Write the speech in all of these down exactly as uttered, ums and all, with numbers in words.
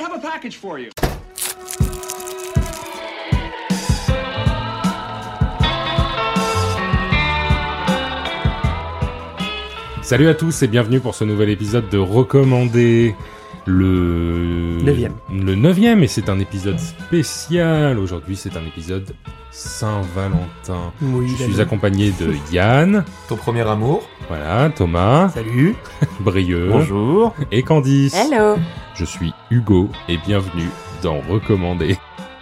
have a package for you. Salut à tous et bienvenue pour ce nouvel épisode de Recommandé, le neuvième. Le neuvième, et c'est un épisode spécial. Aujourd'hui, c'est un épisode Saint-Valentin. Oui, Je la suis accompagné de Yann. Ton premier amour. Voilà, Thomas. Salut. Brieux. Bonjour. Et Candice. Hello. Je suis Hugo et bienvenue dans Recommandé.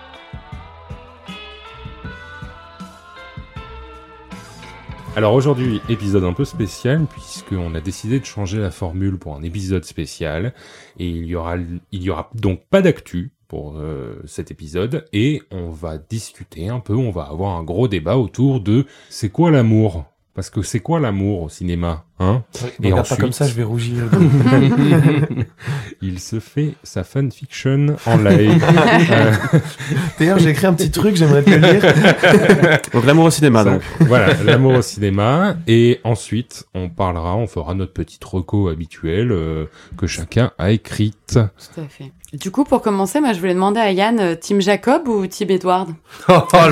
Alors aujourd'hui, épisode un peu spécial puisqu'on a décidé de changer la formule pour un épisode spécial et il y aura, il y aura donc pas d'actu pour euh, cet épisode et on va discuter un peu, on va avoir un gros débat autour de c'est quoi l'amour ? Parce que c'est quoi l'amour au cinéma, hein ? Et regarde ensuite, pas comme ça, je vais rougir. Il se fait sa fanfiction en live. euh... D'ailleurs, j'ai écrit un petit truc, j'aimerais te le lire. Donc l'amour au cinéma, Ça, donc. Voilà, l'amour au cinéma. Et ensuite, on parlera, on fera notre petite reco habituelle euh, que chacun a écrite. Tout à fait. Du coup, pour commencer, moi, je voulais demander à Yann, euh, Team Jacob ou Team Edward ? Oh, oh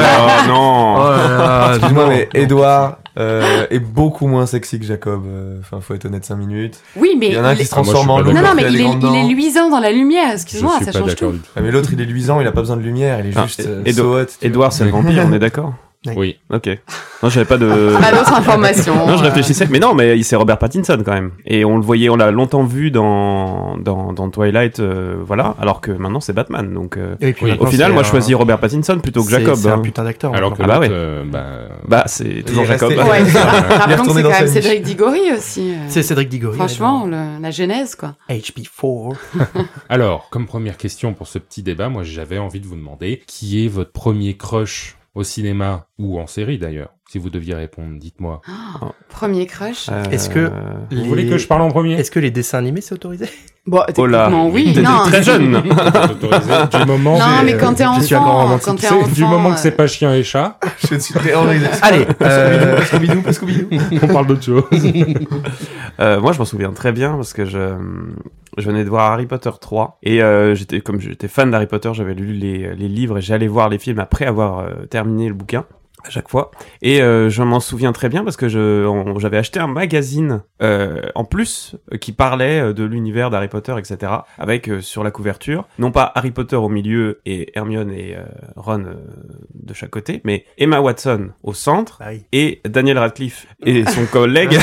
non. Oh là là, excuse-moi, mais Edouard euh, est beaucoup moins sexy que Jacob. Enfin, faut être honnête cinq minutes. Oui, mais... Il y en a un il qui est- se transforme Ah, moi, en je suis loup. pas Non, non, l'autre mais qui a il des est, grandes il est dents. luisant dans la lumière, Je excuse-moi, suis ça pas change d'accord tout. du tout. Ah, mais l'autre, il est luisant, il a pas besoin de lumière, il est Ah, juste euh, Edo- so hot, tu vois. Edouard, c'est le vampire, on est d'accord ? Oui. Ok. Non, j'avais pas de... Pas d'autres informations. Non, je euh. réfléchissais, mais non, mais c'est Robert Pattinson quand même. Et on le voyait, on l'a longtemps vu dans dans, dans Twilight, euh, voilà. Alors que maintenant c'est Batman, donc euh, Et puis Oui. maintenant, au final, c'est moi je un- choisis Robert Pattinson plutôt que c'est- Jacob. C'est un hein. putain d'acteur. Alors que Ah bah l'autre, ouais. euh, bah... Bah c'est toujours est Jacob. resté- Ouais, Il est rappelons que retourné c'est dans quand sa même niche. Cédric Diggory aussi. euh. C'est Cédric Diggory. Franchement, le- la genèse, quoi. H P quatre. Alors, comme première question pour ce petit débat, moi j'avais envie de vous demander qui est votre premier crush au cinéma ou en série d'ailleurs. Si vous deviez répondre, dites-moi. Premier crush. Euh, Est-ce que- Vous voulez que je parle en premier ? Est-ce que les dessins animés, c'est autorisé? Bon, Oh là. techniquement, oui. T'es Non, très jeune. Autorisé du moment, non c'est- mais quand t'es je suis un grand enfant, romantique. quand t'es c'est enfant... du moment que c'est euh, pas chien et chat, Je suis terrorisé. Allez, euh, Scooby-Doo, pas Scooby-Doo. on parle d'autre chose. Euh, moi, je m'en souviens très bien parce que je, je venais de voir Harry Potter trois et euh, j'étais comme j'étais fan d'Harry Potter, j'avais lu les, les livres et j'allais voir les films après avoir euh, terminé le bouquin à chaque fois. Et euh, je m'en souviens très bien parce que je on- j'avais acheté un magazine euh, en plus euh, qui parlait euh, de l'univers d'Harry Potter, et cetera. Avec euh, sur la couverture, non pas Harry Potter au milieu et Hermione et euh, Ron euh, de chaque côté, mais Emma Watson au centre bah oui. et Daniel Radcliffe et son collègue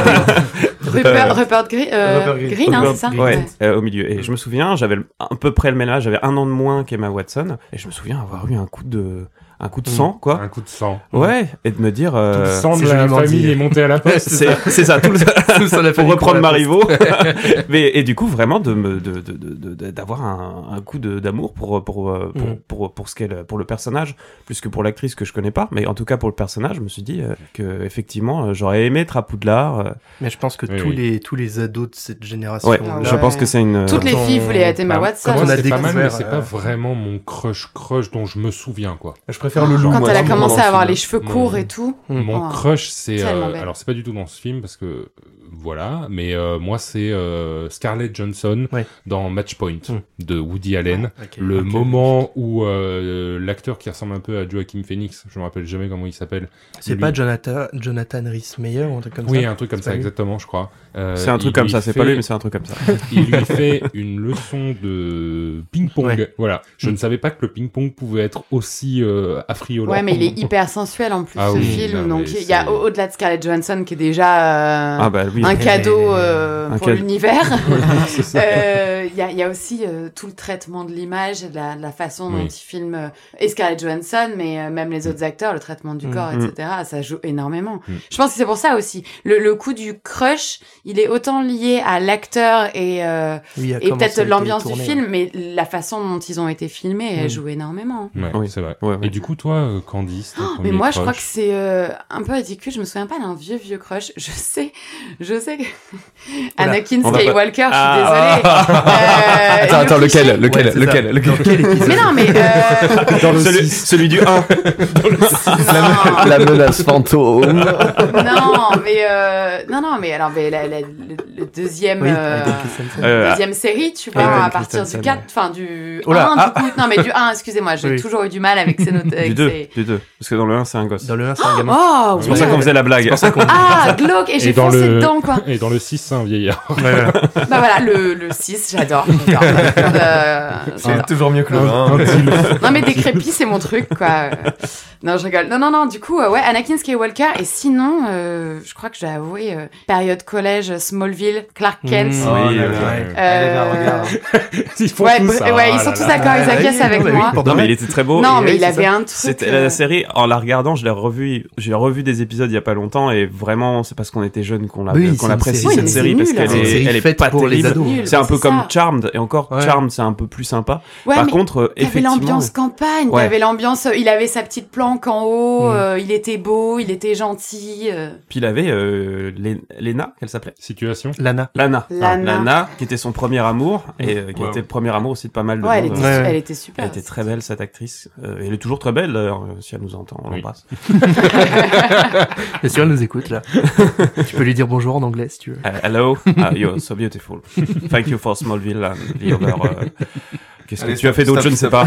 Rupert, Rupert Gri- euh, Rupert Green. Green, hein, c'est ça Ouais, euh, au milieu. Et je me souviens, j'avais le- à peu près le même âge, j'avais un an de moins qu'Emma Watson, et je me souviens avoir eu un coup de, un coup de sang, quoi. Un coup de sang. Ouais, et de me dire, Tout euh, le sang de c'est la joliment famille dit. est monté à la poste. c'est, c'est ça, tout le, Tout ça, la pour famille reprendre prend la Marivaux. Mais, et du coup, vraiment, de me, de, de, de, de- d'avoir un, un coup de, d'amour pour, pour, pour, pour, Mhm. pour, pour ce qu'elle, pour le personnage, plus que pour l'actrice que je connais pas, mais en tout cas pour le personnage, je me suis dit, euh, que, effectivement, euh, j'aurais aimé être à Poudlard, euh, Mais je pense que Oui, tous oui. les tous les ados de cette génération. ouais, Ah je ouais. pense que c'est une, Toutes les Quand filles on- voulaient être Emma Bah, Watson. quand on a c'est pas mal, mais découvert, c'est euh, pas vraiment mon crush crush dont je me souviens, quoi. Je préfère le loup. Quand moi, elle a dans le commencé à avoir film. les cheveux Mon- courts et tout. Mon Oh. crush, c'est... Tellement euh, belle. alors, c'est pas du tout dans ce film, parce que... euh, voilà, mais euh, moi, c'est euh, Scarlett Johansson Ouais. dans Match Point Mm. de Woody Allen. Ok. Le Ok. moment où euh, l'acteur qui ressemble un peu à Joaquin Phoenix, je me rappelle jamais comment il s'appelle. C'est lui- pas Jonathan Jonathan Rhys-Meyer ou un truc comme Oui, ça? un truc comme C'est ça, pas lui. exactement, je crois. Euh, c'est un truc il comme lui ça, c'est fait- pas lui, mais c'est un truc comme ça. Il lui fait une leçon de ping-pong. Ouais. Voilà. Je Mm. ne savais pas que le ping-pong pouvait être aussi euh, affriolant. Ouais, mais il est hyper sensuel en plus, Ah ce oui, film. non, Donc, mais il y a c'est- au- au-delà de Scarlett Johansson qui est déjà euh, Ah bah oui. un cadeau euh, Un pour cadeau. l'univers. C'est ça. Euh, Il y, a, il y a aussi euh, tout le traitement de l'image, de la, de la façon dont Oui. il filme euh, et Scarlett Johansson, mais euh, même les autres acteurs, le traitement du Mm. corps, Mm. et cetera. Ça joue énormément. Mm. Je pense que c'est pour ça aussi. Le, le coup du crush, il est autant lié à l'acteur et, euh, Oui, à et comment peut-être ça a été l'ambiance du tourné, film, mais la façon dont ils ont été filmés, elle Mm. joue énormément. Ouais, Oui. c'est vrai. Ouais, ouais. Et du coup, toi, euh, Candice, ton Mais premier moi, je crois crush que c'est euh, un peu ridicule. Je me souviens pas d'un vieux, vieux crush. Je sais, je sais que Anakin On va pas- Skywalker, je suis Ah. désolée. euh, Attends, attends, le cliché. lequel, lequel, Ouais, c'est lequel, ça. lequel Dans quel épisode? Mais non, mais euh, Dans le celui, six. celui du un. non. La menace fantôme. non, mais euh, non, non, mais alors, mais la, la- le, le deuxième, Oui, euh, Hayden Christensen. Euh, deuxième série, tu vois, Hayden à partir Christensen, du quatre, enfin du Oh là, un, ah. du coup, non, mais du un, excusez-moi, j'ai Oui. toujours eu du mal avec ces notes. Du avec deux, ces- du deux. Parce que dans le un, c'est un gosse. Dans le un, c'est un gamin. Oh, C'est pour ça qu'on weird. faisait la blague. C'est pour ça qu'on... Ah, glauque, et j'ai Et dans foncé le- dedans, quoi. Et dans le six, c'est un vieillard. Ouais, voilà. Bah voilà, le, le six, j'adore. j'adore. Euh, C'est j'adore. toujours mieux que le Un- un. un dildo. Non mais décrépit c'est mon truc quoi. Euh, Non je rigole. Non non non du coup euh, ouais Anakin Skywalker et sinon euh, je crois que je dois avouer euh, période collège Smallville Clark Kent. Mmh. Oui, là oui. là. Ouais. Euh, regarde. Ils font ouais, tout br- ça. ouais, ils Ah sont là tous là. d'accord, ils Ah, acquiescent oui, avec non, mais moi. oui, pour Non, de mais vrai. il était très beau. Non et- mais oui, il c'est avait ça. un truc. C'était euh, la série, en la regardant, je l'ai revu, j'ai revu des épisodes il y a pas longtemps et vraiment, c'est parce qu'on était jeunes qu'on l'a, Oui, qu'on c'est une apprécie série- cette Oui, série mais parce c'est qu'elle nul, hein. est, C'est une elle est série pas faite pour les terrible. ados. Nul. C'est un Mais peu c'est comme ça. Charmed et encore Ouais. Charmed, c'est un peu plus sympa. Ouais, Par mais contre, euh, il y avait effectivement, l'ambiance campagne, il y Ouais. avait l'ambiance, il avait sa petite planque en haut, Mm. euh, il était beau, il était gentil. euh. puis il avait euh, Lé- Léna, qu'elle s'appelait Situation. Lana. Lana. Lana. Lana, qui était son premier amour et euh, qui Wow. était le premier amour aussi de pas mal de Ouais, elle monde. était, Ouais, ouais. elle était super. Elle était très belle cette actrice. Euh, elle est toujours très belle d'ailleurs, euh, si elle nous entend, on Oui. l'embrasse. Bien sûr, elle nous écoute, là. Tu peux lui dire bonjour en anglais, si tu veux. Uh, hello, uh, you're so beautiful. Thank you for Smallville and the other. euh, Qu'est-ce que Allez, tu as stop, fait d'autre, stop, je ne sais stop.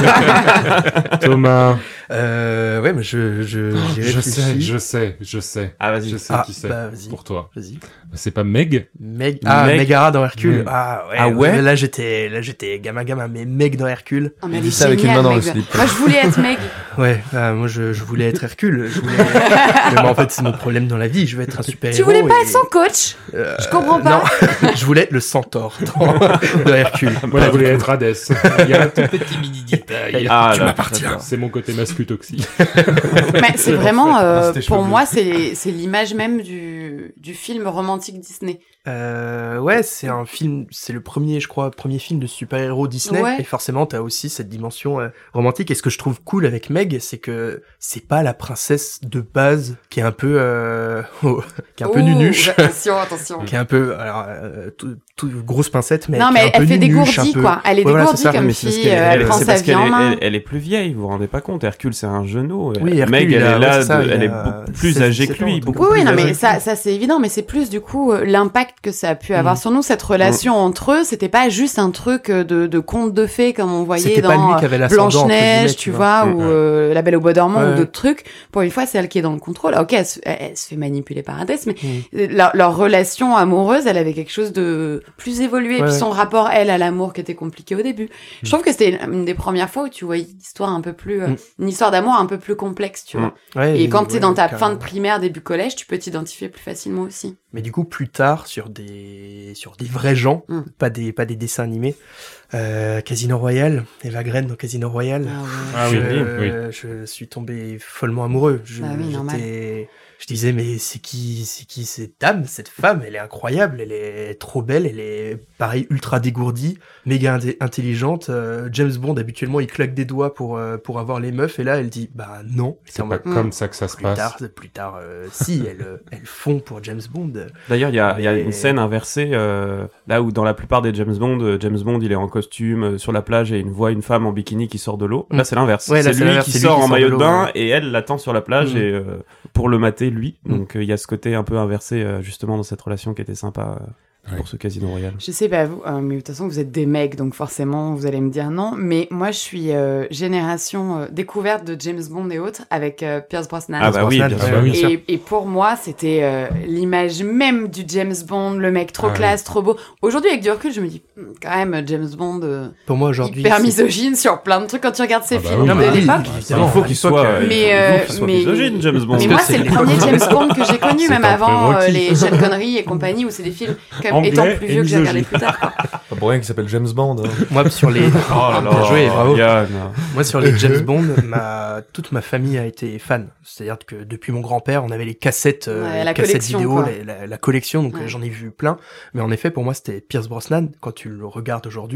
pas. Thomas. Euh, ouais, mais je, je, j'ai Je réfléchi. sais, je sais, je sais. Ah, vas-y. Je sais Ah, qui c'est. bah, vas-y. Pour toi. Vas-y. C'est pas Meg? Meg, ah, Meg. Megara dans Hercule. Meg. Ah, ouais. Ah ouais Là, j'étais, là, j'étais gamin, gamin, mais Meg dans Hercule. Oh, mais elle Il est dit ça avec une géniale, main dans le Meg. slip. Moi, je voulais être Meg. Ouais, euh, moi, je, je voulais être Hercule. Je voulais... mais moi, en fait, c'est mon problème dans la vie. Je veux être un super-héros. Tu voulais pas et- être son coach? Euh, Je comprends pas. Non, je voulais être le centaure dans, dans Hercule. Moi, je voulais être Hades. Il y a un tout petit mini détail. Ah, tu là, m'appartiens. d'accord. C'est mon côté mascutoxie. Mais c'est vraiment, euh, C'était pour cheveux moi, c'est c'est l'image même du du film romantique Disney. Euh, ouais, c'est un film, c'est le premier, je crois, premier film de super-héros Disney. Ouais. Et forcément, t'as aussi cette dimension euh, romantique. Et ce que je trouve cool avec Meg, c'est que c'est pas la princesse de base qui est un peu, euh, oh, qui est un peu Ouh, nunuche. Attention, attention. qui est un peu, alors, euh, tout, tout- grosse pincette, mais Non, qui est mais un peu elle fait des nunuche, gourdis, un peu- quoi. Elle est Ouais, voilà, dégourdie c'est ça. comme Mais c'est parce fille, qu'elle- euh, elle elle- prend C'est sa parce vie qu'elle en est, main. elle, elle est plus vieille, vous vous rendez pas compte. Hercule, c'est un genou. Oui, Hercule, Meg, il elle a- est ouais, là, c'est ça, de- il elle est a beaucoup plus seize, âgée que dix-sept lui. ans, Beaucoup Oui, oui, plus non, mais âgée. ça, ça c'est évident, mais c'est plus du coup euh, l'impact que ça a pu avoir Mm. sur nous, cette relation entre eux. C'était pas juste un truc euh, de, de conte de fées comme on voyait C'était pas dans lui qui avait l'ascendant, entre guillemets, Blanche-Neige, tu vois, Mm. ou euh, La Belle au Bois dormant, Ouais, ou ouais. d'autres trucs. Pour une fois, c'est elle qui est dans le contrôle. Ok, elle se, elle, elle se fait manipuler par Hades, mais Mm. euh, leur, leur relation amoureuse, elle avait quelque chose de plus évolué. Et Ouais, puis ouais. son rapport, elle, à l'amour qui était compliqué au début. Je trouve que c'était une, une des premières fois où tu voyais une histoire un peu plus, euh, Mm. une histoire d'amour un peu plus complexe, tu Mm. vois. Ouais, Et quand ouais, t'es dans ta fin carrément. de primaire, début collège, tu peux t'identifier plus facilement aussi. Mais du coup, plus tard, sur des, sur des vrais gens, Mm. pas des, pas des dessins animés, euh, Casino Royale, Eva Green dans Casino Royale. Ah je, oui, oui. je suis tombé follement amoureux. Je, Bah oui, normal. j'étais- je disais, mais c'est qui, c'est qui cette dame, cette femme? Elle est incroyable, elle est trop belle, elle est pareil, ultra dégourdie, méga indé- intelligente. Euh, James Bond, habituellement, il claque des doigts pour, euh, pour avoir les meufs, et là, elle dit, bah non. C'est en pas mode, comme ça que ça se plus passe. tard, plus tard, euh, si, elles, euh, elles font pour James Bond. D'ailleurs, il y a, il y a Mais- une scène inversée, euh, là où dans la plupart des James Bond, euh, James Bond, il est en costume euh, sur la plage et il voit une femme en bikini qui sort de l'eau. Mm. Là, c'est l'inverse. Ouais, là, c'est c'est lui l'inverse, qui c'est lui sort qui en sort maillot de de l'eau, bain ouais. et elle l'attend sur la plage Mm. et euh, pour le mater lui. Mm. Donc, euh, il y a ce côté un peu inversé euh, justement dans cette relation qui était sympa euh, Ouais. pour ce Casino Royale. Je sais pas vous, euh, mais de toute façon vous êtes des mecs, donc forcément vous allez me dire non. Mais moi je suis euh, génération euh, découverte de James Bond et autres avec euh, Pierce Brosnan. Ah bah oui, Brosnan, bien ouais, sûr. bien sûr. Et, et pour moi, c'était euh, l'image même du James Bond, le mec trop Ah classe, trop beau. Aujourd'hui, avec du recul, je me dis, hmm, quand même, James Bond, euh, Pour moi, aujourd'hui. hyper c'est- misogyne sur plein de trucs quand tu regardes ses Ah bah films oui. Non, mais de oui, l'époque. évidemment. Il faut qu'il soit, euh, Mais, il faut euh, qu'il soit mais- misogyne, James Bond. Mais que moi, c'est c'est le l'époque. premier James Bond que j'ai connu, C'est même un avant euh, prérequis. les Sean Connery et compagnie, où c'est des films comme Anglais étant plus et vieux que j'ai regardé misogyne. plus tard. quoi. Pas pour rien qu'il s'appelle James Bond. hein. Moi, sur les, Oh là là, Bien joué, bravo. Yann. moi, sur les James Bond, ma, toute ma famille a été fan. C'est-à-dire que depuis mon grand-père, on avait les cassettes, euh, Ouais, les la cassettes collection, vidéo, quoi. la, la- la collection, donc Ouais. euh, j'en ai vu plein. Mais en effet, pour moi, c'était Pierce Brosnan. Quand tu le regardes aujourd'hui,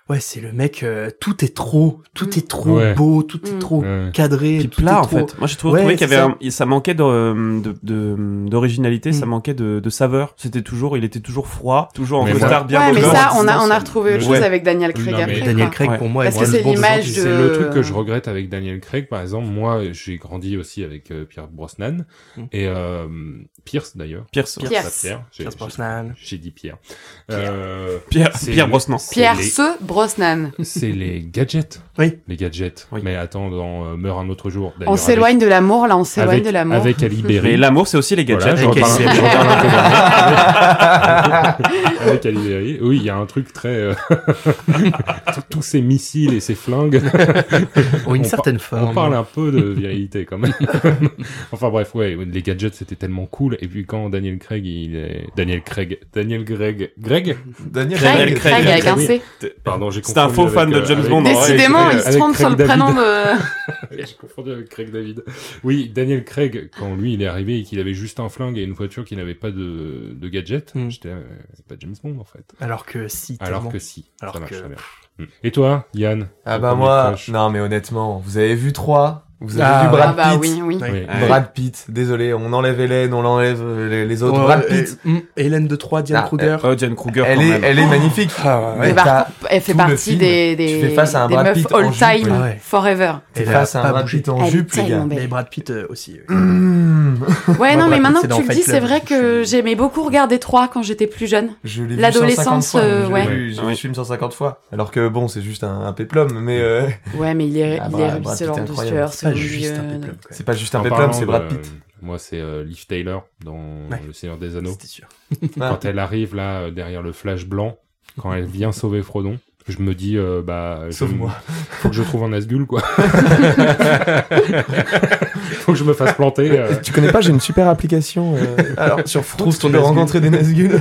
Ouais, c'est le mec, euh, tout est trop, tout Mm. est trop Ouais. beau, tout est Mm. trop Ouais. cadré, Puis tout plat est en trop... fait. Moi j'ai trouvé, Ouais, trouvé qu'il y c'est avait ça. un- ça manquait de, de, de- d'originalité, ça Mm. manquait de, de saveur. C'était toujours, il était toujours froid, toujours en Mais costard moi- bien Ouais, mais beau ça, gosse. on a, on a c'est- retrouvé autre le- chose Ouais. avec Daniel Non, Craig mais après. Daniel quoi. Craig, Ouais. pour moi, Parce est que c'est James Bond l'image aujourd'hui. de- C'est le truc que Euh. je regrette avec Daniel Craig, par exemple. Moi, j'ai grandi aussi avec euh, Pierre Brosnan Mm. et euh, Pierce d'ailleurs. Pierce. Pierce, Pierce. pas Pierre. J'ai- Pierce j'ai- Brosnan. J'ai dit Pierre. Euh, Pierre, c'est Pierre le- Brosnan. c'est Pierre les- ce Brosnan. C'est les gadgets. Oui. Les gadgets. Oui. Mais attends, dans euh, Meurt un autre jour. On d'ailleurs, s'éloigne de l'amour, là, on avec, s'éloigne avec, de l'amour. avec Ali Berry. Mais l'amour c'est aussi les Voilà, gadgets. je Avec reparle, Ali je Berry. reparle un peu dernier. Avec Ali Berry. Oui, il y a un truc très... euh, tous- Tous ces missiles et ces flingues. Ont une On certaine par- forme. On parle un peu de virilité quand même. Enfin bref, ouais, les gadgets c'était tellement cool. Et puis quand Daniel Craig, il est... Daniel Craig... Daniel Greg... Greg Daniel Craig, Daniel Craig, Craig, avec un oui. C. Pardon, j'ai C'était un confondu faux fan avec, de James avec- Bond, en vrai. Décidément, avec- il se avec trompe sur le Craig prénom David. de... J'ai confondu avec Craig David. Oui, Daniel Craig, quand lui il est arrivé et qu'il avait juste un flingue et une voiture qui n'avait pas de, de gadget, Mm. j'étais, euh, c'est pas James Bond en fait. Alors que si, Alors tellement. que si, Alors ça marche que- très bien. Mm. Et toi, Yann? Ah ton bah premier moi, crush non mais honnêtement, vous avez vu trois, vous avez Ah, vu ouais. Brad Ah bah Pitt. oui, oui. Ouais. Oui. Ouais. Brad Pitt, désolé, on enlève Hélène, on enlève euh, les, les autres. Ouais, Brad euh, Pitt, hum, Hélène de Troyes, Diane Ah, Kruger. Oh, Diane Kruger elle quand est, même. elle est magnifique. Ah, ouais. Mais Mais par t'as contre, elle fait tout le partie film, des, tu des, fais face à un des Brad meufs Pitt en all jupe. time, Ah ouais. forever. T'es Elle a face à pas un Brad bougé. Pitt en Elle est jupe, les gars. tellement belle. Mais Brad Pitt euh, aussi. oui. Mmh. Ouais, Moi, non, mais Brad Pitt, maintenant c'est que dans tu le Fight dis, Club. c'est vrai que Je suis- j'aimais beaucoup regarder trois quand j'étais plus jeune. Je l'ai vu L'adolescence, cent cinquante fois, euh, j'ai ouais. vu- J'ai vu Oui. ce film cent cinquante fois. Alors que bon, c'est juste un, un péplum, mais euh, Ouais, mais il est, Ah, il Brad- est Brad Ruby Pitt est Lord incroyable. Duster, C'est pas c'est juste un mignonne. péplum, quoi. c'est pas juste un En péplum, parlant c'est de- Brad Pitt. Moi, c'est euh, Liv Taylor dans Ouais. Le Seigneur des Anneaux. C'était sûr. Ah. Quand elle arrive là euh, derrière le flash blanc, quand elle vient sauver Frodon, je me dis euh, bah je- Sauve-moi. faut que je trouve un Nazgûl quoi. Faut que je me fasse planter. euh. Tu connais pas, j'ai une super application. euh, Alors, sur Fruits, Trouve ton tu peux Nazgûl. rencontrer des Nazgûl.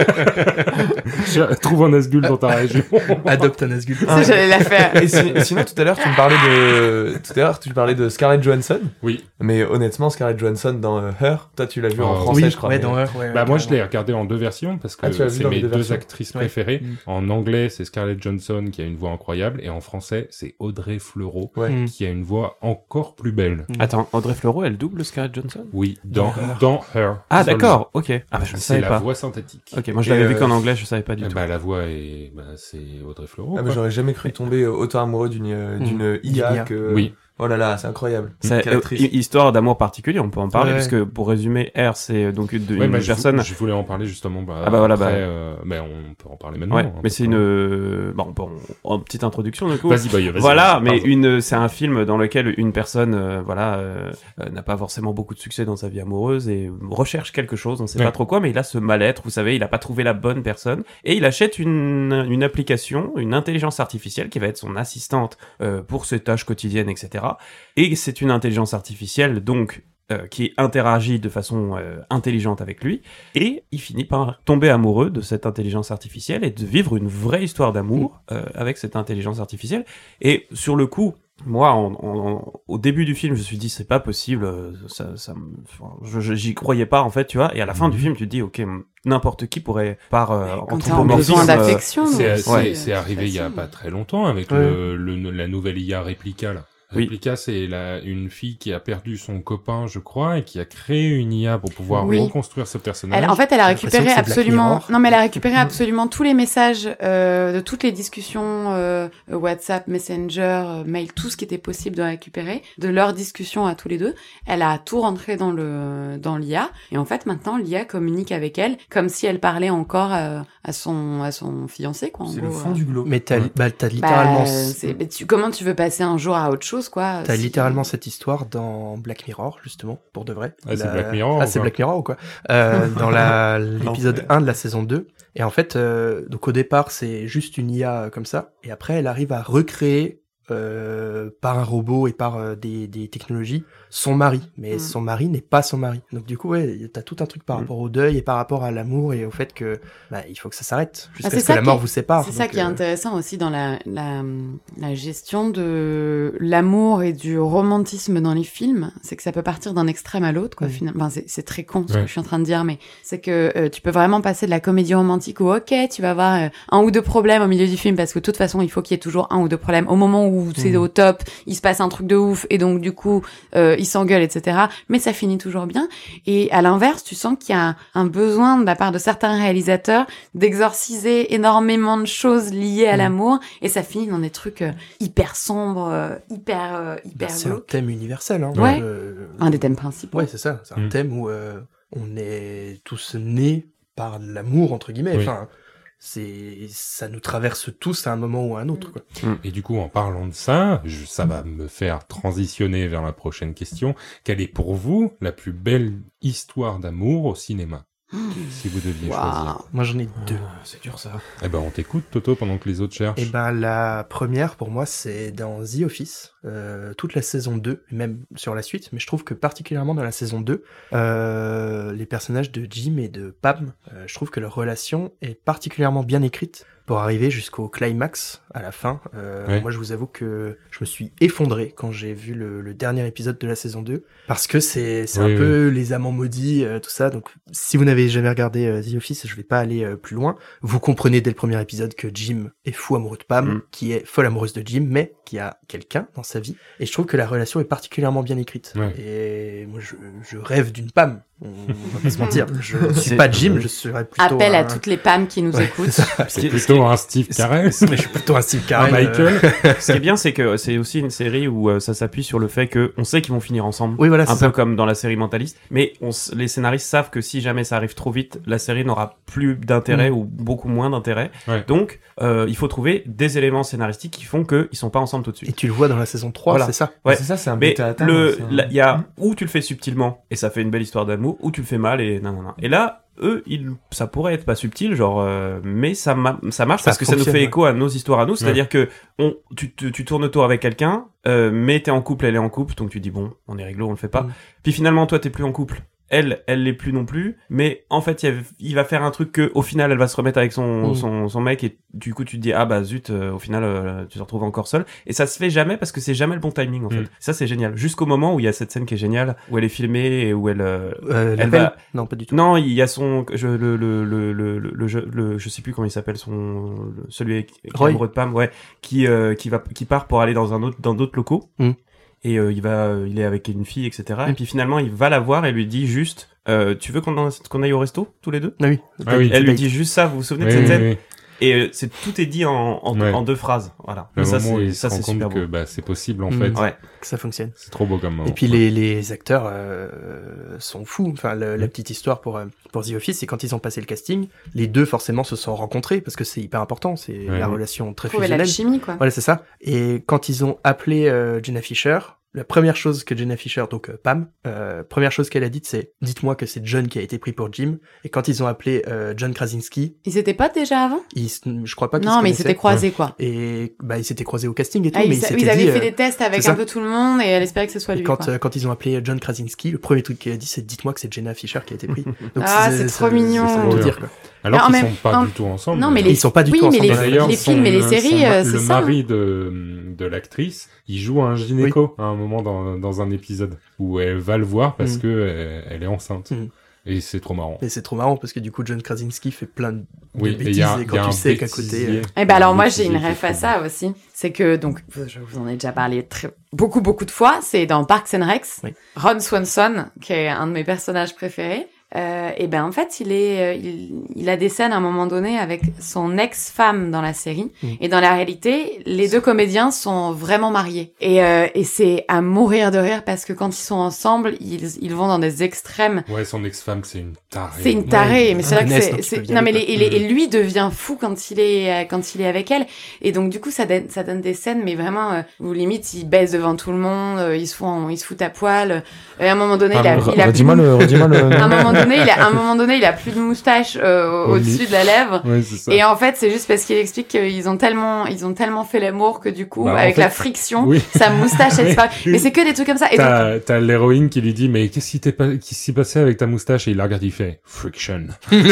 Je- trouve un Nazgûl dans ta région. Adopte un Nazgûl. Ça, j'allais la faire. Et si- sinon, tout à l'heure, tu me parlais de, tout à l'heure, tu parlais de Scarlett Johansson. Oui. Mais honnêtement, Scarlett Johansson dans euh, Her, toi, tu l'as vu en Oh, français, Oui, je crois. ouais, mais- dans Her, ouais, Bah moi je l'ai carrément. regardé en deux versions parce que Ah, tu l'as vu c'est dans les mes deux deux versions. actrices Ouais. préférées. Mm. En anglais c'est Scarlett Johansson qui a une voix incroyable et en français c'est Audrey Fleurot Ouais. Mm. qui a une voix encore plus belle. Attends, Audrey Fleurot, elle double Scarlett Johansson? Oui, dans, Dans Her. dans Her. Ah, Seulement. d'accord, ok. Ah, bah, je ne C'est savais la pas. voix synthétique. Ok, moi je Et, l'avais vu euh, qu'en anglais, je savais pas du Eh tout. bah, la voix est, bah, c'est Audrey Fleurot. Ah, mais quoi. j'aurais jamais cru tomber euh, autant amoureux d'une euh, Mm. d'une I A D'une I A. que. Oui. Oh là là, c'est incroyable. C'est Quelle euh, actrice. hi- histoire d'amour particulier, on peut en parler, Ouais. parce que pour résumer, R, c'est donc une, Ouais, une bah, je, personne. vou- je voulais en parler justement. Bah, Ah bah voilà, après, bah. euh, mais on peut en parler maintenant. Ouais, hein, mais parce c'est que- une. euh, Bon, bon, en petite introduction du coup. Vas-y, bah, vas-y. Voilà, vas-y, mais pardon. une, c'est un film dans lequel une personne, euh, voilà, euh, euh, n'a pas forcément beaucoup de succès dans sa vie amoureuse et recherche quelque chose, on sait Ouais. pas trop quoi, mais il a ce mal-être, vous savez, il a pas trouvé la bonne personne et il achète une, une application, une intelligence artificielle qui va être son assistante euh, pour ses tâches quotidiennes, et cetera. Et c'est une intelligence artificielle, donc, euh, qui interagit de façon euh, intelligente avec lui, et il finit par tomber amoureux de cette intelligence artificielle et de vivre une vraie histoire d'amour euh, avec cette intelligence artificielle. Et sur le coup, moi, en, en- au début du film, je me suis dit c'est pas possible, euh, ça, ça, me- enfin, je, je- j'y croyais pas en fait, tu vois. Et à la fin du film, tu te dis ok, m- n'importe qui pourrait par euh, Quand t'as besoin anthropomorphisme, euh, d'affection. C'est, donc, c'est, Ouais. c'est arrivé il y a facile. pas très longtemps avec Ouais. le, le- la nouvelle I A Replica là. Oui. Replica, c'est la, une fille qui a perdu son copain, je crois, et qui a créé une I A pour pouvoir Oui. reconstruire ce personnage. Elle, en fait, elle a J'ai l'impression récupéré que c'est Black absolument. Mirror. Non, mais elle a récupéré absolument tous les messages euh, de toutes les discussions euh, WhatsApp, Messenger, euh, mail, tout ce qui était possible de récupérer de leurs discussions à tous les deux. Elle a tout rentré dans le dans l'I A et en fait maintenant l'I A communique avec elle comme si elle parlait encore euh, à son à son fiancé quoi. En C'est gros, le fond euh. du globe. Mais t'as Ouais. bah, t'as Bah, littéralement, c'est- mais tu- comment tu veux passer un jour à autre chose quoi t'as si- littéralement cette histoire dans Black Mirror, justement, pour de vrai. Ah, c'est La- Black Mirror, Ah, ou c'est quoi Black Mirror ou quoi euh, Dans la, l'épisode L'enfer. un de la saison deux. Et en fait, euh, donc au départ, c'est juste une I A comme ça. Et après, elle arrive à recréer euh, par un robot et par euh, des, des technologies son mari, mais Mm. son mari n'est pas son mari. Donc du coup, ouais, t'as tout un truc par Mm. rapport au deuil et par rapport à l'amour et au fait que bah, il faut que ça s'arrête jusqu'à c'est ce ça que la qui mort est- vous sépare. C'est ça Donc, qui est euh, intéressant aussi dans la, la, la gestion de l'amour et du romantisme dans les films, c'est que ça peut partir d'un extrême à l'autre, quoi, Oui. finalement. Enfin, c'est, c'est très con ce Ouais. que je suis en train de dire, mais c'est que euh, tu peux vraiment passer de la comédie romantique où, ok, tu vas avoir euh, un ou deux problèmes au milieu du film, parce que de toute façon, il faut qu'il y ait toujours un ou deux problèmes. Au moment où c'est Mhm. au top, il se passe un truc de ouf, et donc du coup, euh, ils s'engueulent, et cetera. Mais ça finit toujours bien. Et à l'inverse, tu sens qu'il y a un, un besoin de la part de certains réalisateurs d'exorciser énormément de choses liées à Mhm. l'amour, et ça finit dans des trucs euh, hyper sombres, euh, hyper euh, bah, hyper c'est un glauques. thème universel. Hein, Ouais. Euh, Un des thèmes principaux. Ouais, c'est ça. C'est un Mm. thème où euh, on est tous nés par l'amour entre guillemets. Oui. Enfin, c'est ça nous traverse tous à un moment ou à un autre. Quoi. Et du coup, en parlant de ça, je- ça va me faire transitionner vers la prochaine question. Quelle est pour vous la plus belle histoire d'amour au cinéma, si vous deviez Waouh. choisir? Moi, j'en ai deux. Ah, c'est dur ça. Eh ben, on t'écoute, Toto, pendant que les autres cherchent. Et ben la première pour moi c'est dans The Office, euh, toute la saison deux, et même sur la suite, mais je trouve que particulièrement dans la saison deux, euh, les personnages de Jim et de Pam, euh, je trouve que leur relation est particulièrement bien écrite pour arriver jusqu'au climax à la fin. Euh, Ouais. Moi je vous avoue que je me suis effondré quand j'ai vu le, le dernier épisode de la saison deux, parce que c'est c'est Oui, un peu les amants maudits, euh, tout ça, donc si vous n'avez jamais regardé euh, The Office, je vais pas aller euh, plus loin, vous comprenez dès le premier épisode que Jim est fou amoureux de Pam, Mm. qui est folle amoureuse de Jim, mais qui a quelqu'un dans sa vie. Et je trouve que la relation est particulièrement bien écrite. Ouais. Et moi, je, je rêve d'une Pam. On va pas se mentir. Je suis C'est- pas Jim, je serais plutôt Appel un... à toutes les Pam qui nous Ouais, écoutent. c'est ça. C'est plutôt un Steve Carell. Mais je suis plutôt un Steve Un Carell. Michael. Ce qui est bien, c'est que c'est aussi une série où euh, ça s'appuie sur le fait que on sait qu'ils vont finir ensemble. Oui, voilà, Un c'est peu ça. comme dans la série Mentaliste, mais on, s- les scénaristes savent que si jamais ça arrive trop vite, la série n'aura plus d'intérêt Mm. ou beaucoup moins d'intérêt. Ouais. Donc, euh, il faut trouver des éléments scénaristiques qui font qu'ils sont pas ensemble tout de Et suite. tu le vois dans la saison trois, Voilà. c'est ça. Ouais. C'est ça, c'est un Mais bêta à table, le, c'est un- la- il y a où tu le fais subtilement et ça fait une belle histoire d'amour, ou tu le fais mal et nanana. Et là, eux, ils, ça pourrait être pas subtil, genre, euh, mais ça, ma- ça marche Ça parce que ça nous fonctionne, fait ouais. écho à nos histoires à nous. C'est-à-dire que on, tu, tu, tu tournes autour avec quelqu'un, euh, mais t'es en couple, elle est en couple, donc tu dis bon, on est réglo, on le fait pas. Mm. Puis finalement, toi, t'es plus en couple. Elle, elle l'est plus non plus, mais en fait, il, y a- il va faire un truc que, au final, elle va se remettre avec son, Mm. son, son mec, et du coup, tu te dis, ah bah zut, euh, au final, euh, tu te retrouves encore seul. Et ça se fait jamais parce que c'est jamais le bon timing, en fait. Mm. Ça, c'est génial. Jusqu'au moment où il y a cette scène qui est géniale, où elle est filmée et où elle, euh, Euh, Elle l'appel va- Non, pas du tout. non, il y a son, je, le, le, le, le, le, le, jeu- le- je sais plus comment il s'appelle, son, le- celui qui est Roy. amoureux de Pam, ouais, qui, euh, qui va, qui part pour aller dans un autre, dans d'autres locaux. Mm. Et euh, il va, euh, il est avec une fille, et cetera. Mm. Et puis finalement, il va la voir et lui dit juste, euh, tu veux qu'on, en- qu'on aille au resto tous les deux? Ah oui. Ah oui. Elle lui dit juste ça. Vous vous souvenez de Oui, cette oui, scène? oui. Et euh, c'est tout est dit en, en, Ouais. en deux phrases. Voilà. Le Et ça, moment où c'est, il ça, se c'est rend super compte beau. que bah, c'est possible, en Mm. fait. Ouais. Que ça fonctionne. C'est trop beau comme moment. Et puis quoi. les, les acteurs euh, sont fous. Enfin, le- la petite histoire pour euh, pour The Office, c'est quand ils ont passé le casting, les deux forcément se sont rencontrés parce que c'est hyper important. C'est Ouais. la relation très Trouver fusionnelle. l'alchimie, quoi. Voilà, c'est ça. Et quand ils ont appelé euh, Jenna Fisher, la première chose que Jenna Fisher, donc euh, Pam, euh, première chose qu'elle a dite, c'est dites-moi que c'est John qui a été pris pour Jim. Et quand ils ont appelé euh, John Krasinski, Ils étaient pas déjà avant? ils, s- je crois pas qu'ils Non, se mais ils connaissaient. s'étaient croisés, quoi. Et bah ils s'étaient croisés au casting et tout, Ah, mais ils, ils sa- s'étaient ils avaient dit, fait euh, des tests avec c'est un ça. peu tout le monde et elle espérait que ce soit et lui, quand, quoi. euh, quand ils ont appelé John Krasinski, le premier truc qu'il a dit, c'est dites-moi que c'est Jenna Fisher qui a été pris. Donc, Ah, c'est ça- trop mignon. ça veut Trop tout bien. dire, quoi. Alors Mais en qu'ils même- sont pas en- du tout ensemble. Non, mais Et les- ils sont pas du oui, tout mais ensemble. les- dans la D'ailleurs, les son- films et les son- séries, euh, le c'est ça, mari de, de l'actrice, il joue un gynéco à un moment dans, dans un épisode où elle va le voir parce Mm. que euh, elle est enceinte. Mm. Et c'est trop marrant. Et c'est trop marrant parce que du coup, John Krasinski fait plein de, de Oui, et il bêtises y a, et il y quand a tu un sais qu'à côté. bêtisier. euh, Eh ben alors moi j'ai bêtisier une qui est ref à trop ça bon. aussi, c'est que donc je vous en ai déjà parlé très, beaucoup beaucoup de fois, c'est dans Parks and Rec, Oui. Ron Swanson qui est un de mes personnages préférés. Euh, et ben en fait il est euh, il, il a des scènes à un moment donné avec son ex-femme dans la série Mm. et dans la réalité les deux comédiens sont vraiment mariés et euh, et c'est à mourir de rire parce que quand ils sont ensemble ils ils vont dans des extrêmes. Ouais, son ex-femme, c'est une tarée. C'est une tarée, Ouais, mais c'est là que Inès, c'est, donc il c'est- peut bien non mais aller, les- quoi. il est- et lui devient fou quand il est, euh, quand il est avec elle. Et donc, du coup, ça donne, ça donne des scènes, mais vraiment, euh, où limite, ils baissent devant tout le monde, euh, ils se font, ils se foutent à poil. Euh, Et à un moment donné, il a, il a Redis-moi le, redis-moi le. à un moment donné, il a, à un moment donné, il a plus de moustache euh, Au au-dessus mi- de la lèvre. Ouais, c'est ça. Et en fait, c'est juste parce qu'il explique qu'ils ont tellement, ils ont tellement fait l'amour que du coup, Bah, en avec fait, la friction, oui. sa moustache a disparu. Oui. Mais c'est que des trucs comme ça. Et donc, T'as, t'as l'héroïne qui lui dit, mais qu'est-ce qui t'est pas, qui s'est passé avec ta moustache? Et il la regarde, il fait, friction.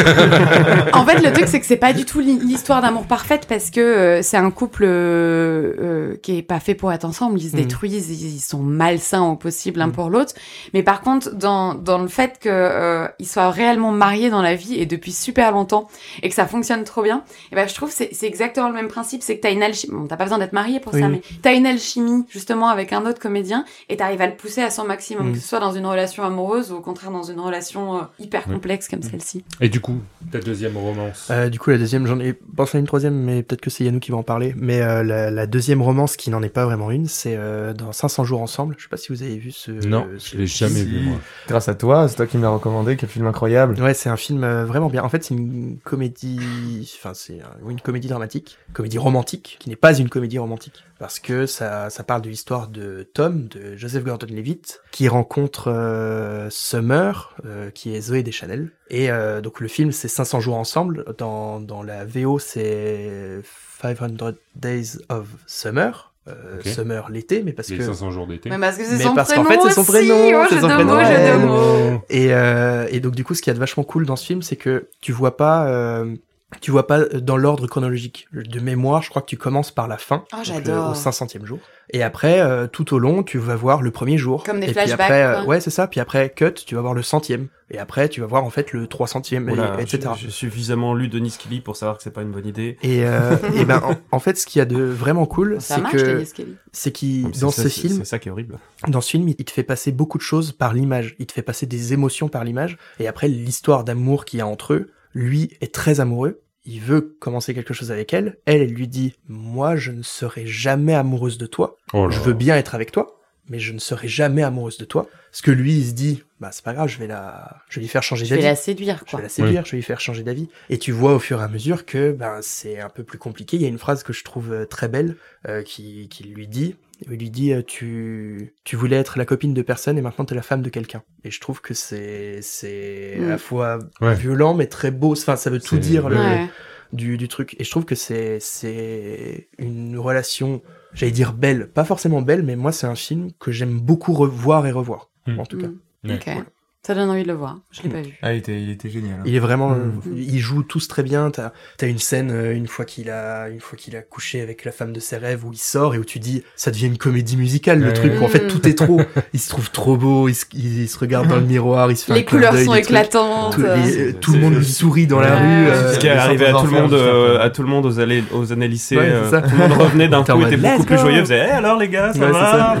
en fait, le truc, c'est que c'est pas du tout l'hi- l'histoire d'amour parfaite parce que euh, c'est un couple euh, euh, qui est pas fait pour être ensemble. Ils se Mm. détruisent, ils, ils sont malsains au possible l'un Mm. pour l'autre. Mais par contre, dans dans le fait que euh, ils soient réellement mariés dans la vie et depuis super longtemps et que ça fonctionne trop bien, et ben je trouve que c'est c'est exactement le même principe. C'est que t'as une alchimie. Bon, t'as pas besoin d'être marié pour Oui. ça, mais t'as une alchimie justement avec un autre comédien et t'arrives à le pousser à son maximum, Mm. que ce soit dans une relation amoureuse ou au contraire dans une relation euh, hyper Oui. complexe comme celle-ci. Et du coup, ta deuxième romance. Euh, du coup, la deuxième, j'en ai pensé à une troisième, mais peut-être que c'est Yannou qui va en parler. Mais euh, la, la deuxième romance, qui n'en est pas vraiment une, c'est euh, dans cinq cents jours ensemble. Je sais pas si vous avez vu ce. non, ce je l'ai jamais film. vu, moi. Grâce à toi, c'est toi qui me l'as recommandé, quel film incroyable. Ouais, c'est un film euh, vraiment bien. En fait, c'est une comédie, enfin c'est un- oui, une comédie dramatique, comédie romantique, qui n'est pas une comédie romantique, parce que ça, ça parle de l'histoire de Tom, de Joseph Gordon-Levitt, qui rencontre euh, Summer, euh, qui est Zoé Deschanel. Et euh, donc le film, c'est cinq cents jours ensemble. Dans dans la V O, c'est five hundred Days of Summer. Euh, Ok. Summer l'été, mais parce Les que cinq cents jours d'été. Mais parce que c'est Mais son parce qu'en prénom fait, c'est son aussi. prénom, Oh, c'est jeu son de prénom. mots, jeu de Ouais. mots. Et, euh, et donc du coup, ce qui est vachement cool dans ce film, c'est que tu vois pas, euh, tu vois pas dans l'ordre chronologique. De mémoire, je crois que tu commences par la fin, Oh, donc j'adore. le- au cinq centième jour. Et après, euh, tout au long, tu vas voir le premier jour. Comme des et flashbacks, Puis après, euh, quoi. ouais, c'est ça. Puis après, cut, tu vas voir le centième. Et après, tu vas voir en fait le trois centième, et, Oula, et cetera. J'ai j'ai suffisamment lu Denis Kelly pour savoir que c'est pas une bonne idée. Et, euh, et ben, en, en fait, ce qu'il y a de vraiment cool, Ça c'est marche, que Denis Kelly. c'est qu'il C'est dans ça- ce c'est- film, C'est ça qui est horrible. dans ce film, il te fait passer beaucoup de choses par l'image. Il te fait passer des émotions par l'image. Et après, l'histoire d'amour qu'il y a entre eux, lui est très amoureux. Il veut commencer quelque chose avec elle. Elle, elle lui dit, moi, je ne serai jamais amoureuse de toi. Oh là Je là. veux bien être avec toi, mais je ne serai jamais amoureuse de toi. Parce que lui, il se dit, bah, c'est pas grave, je vais la, je vais lui faire changer Je vais d'avis. la séduire, Je quoi. vais la séduire, je vais lui faire changer d'avis. Et tu vois au fur et à mesure que ben c'est un peu plus compliqué. Il y a une phrase que je trouve euh, très belle euh, qui, qui lui dit, il lui dit euh, tu tu voulais être la copine de personne et maintenant t'es la femme de quelqu'un. Et je trouve que c'est c'est Mm. à la fois Ouais. violent mais très beau. Enfin ça veut tout C'est- dire le, Ouais. du du truc. Et je trouve que c'est c'est une relation, j'allais dire belle, pas forcément belle, mais moi c'est un film que j'aime beaucoup revoir et revoir. Mm. En tout cas. Mm. Ouais. Ok. Ça donne envie de le voir. Je l'ai pas vu. Ah, il était, il était génial. hein. Il est vraiment, Mm. euh, ils jouent tous très bien. T'as, t'as une scène euh, une fois qu'il a, une fois qu'il a couché avec la femme de ses rêves où il sort et où tu dis, ça devient une comédie musicale le Ouais. truc. Où en fait Mm. tout est trop. Il se trouve trop beau. Il se, il, il se regarde dans le miroir. Il se fait Les un clin couleurs d'œil, sont des trucs. éclatantes. Tout, les- C'est- euh, tout le c'est- monde lui sourit dans la Ouais. rue. C'est euh, Ce qui est les arrivé à centres tout le monde, d'enfer, juste euh, après. à tout le monde aux, allées, aux années lycée. Ouais, c'est euh, ça. tout le monde revenait d'un T'es en coup, mode, était beaucoup let's plus go. joyeux, faisait, Eh, alors les gars, ça Ouais, va?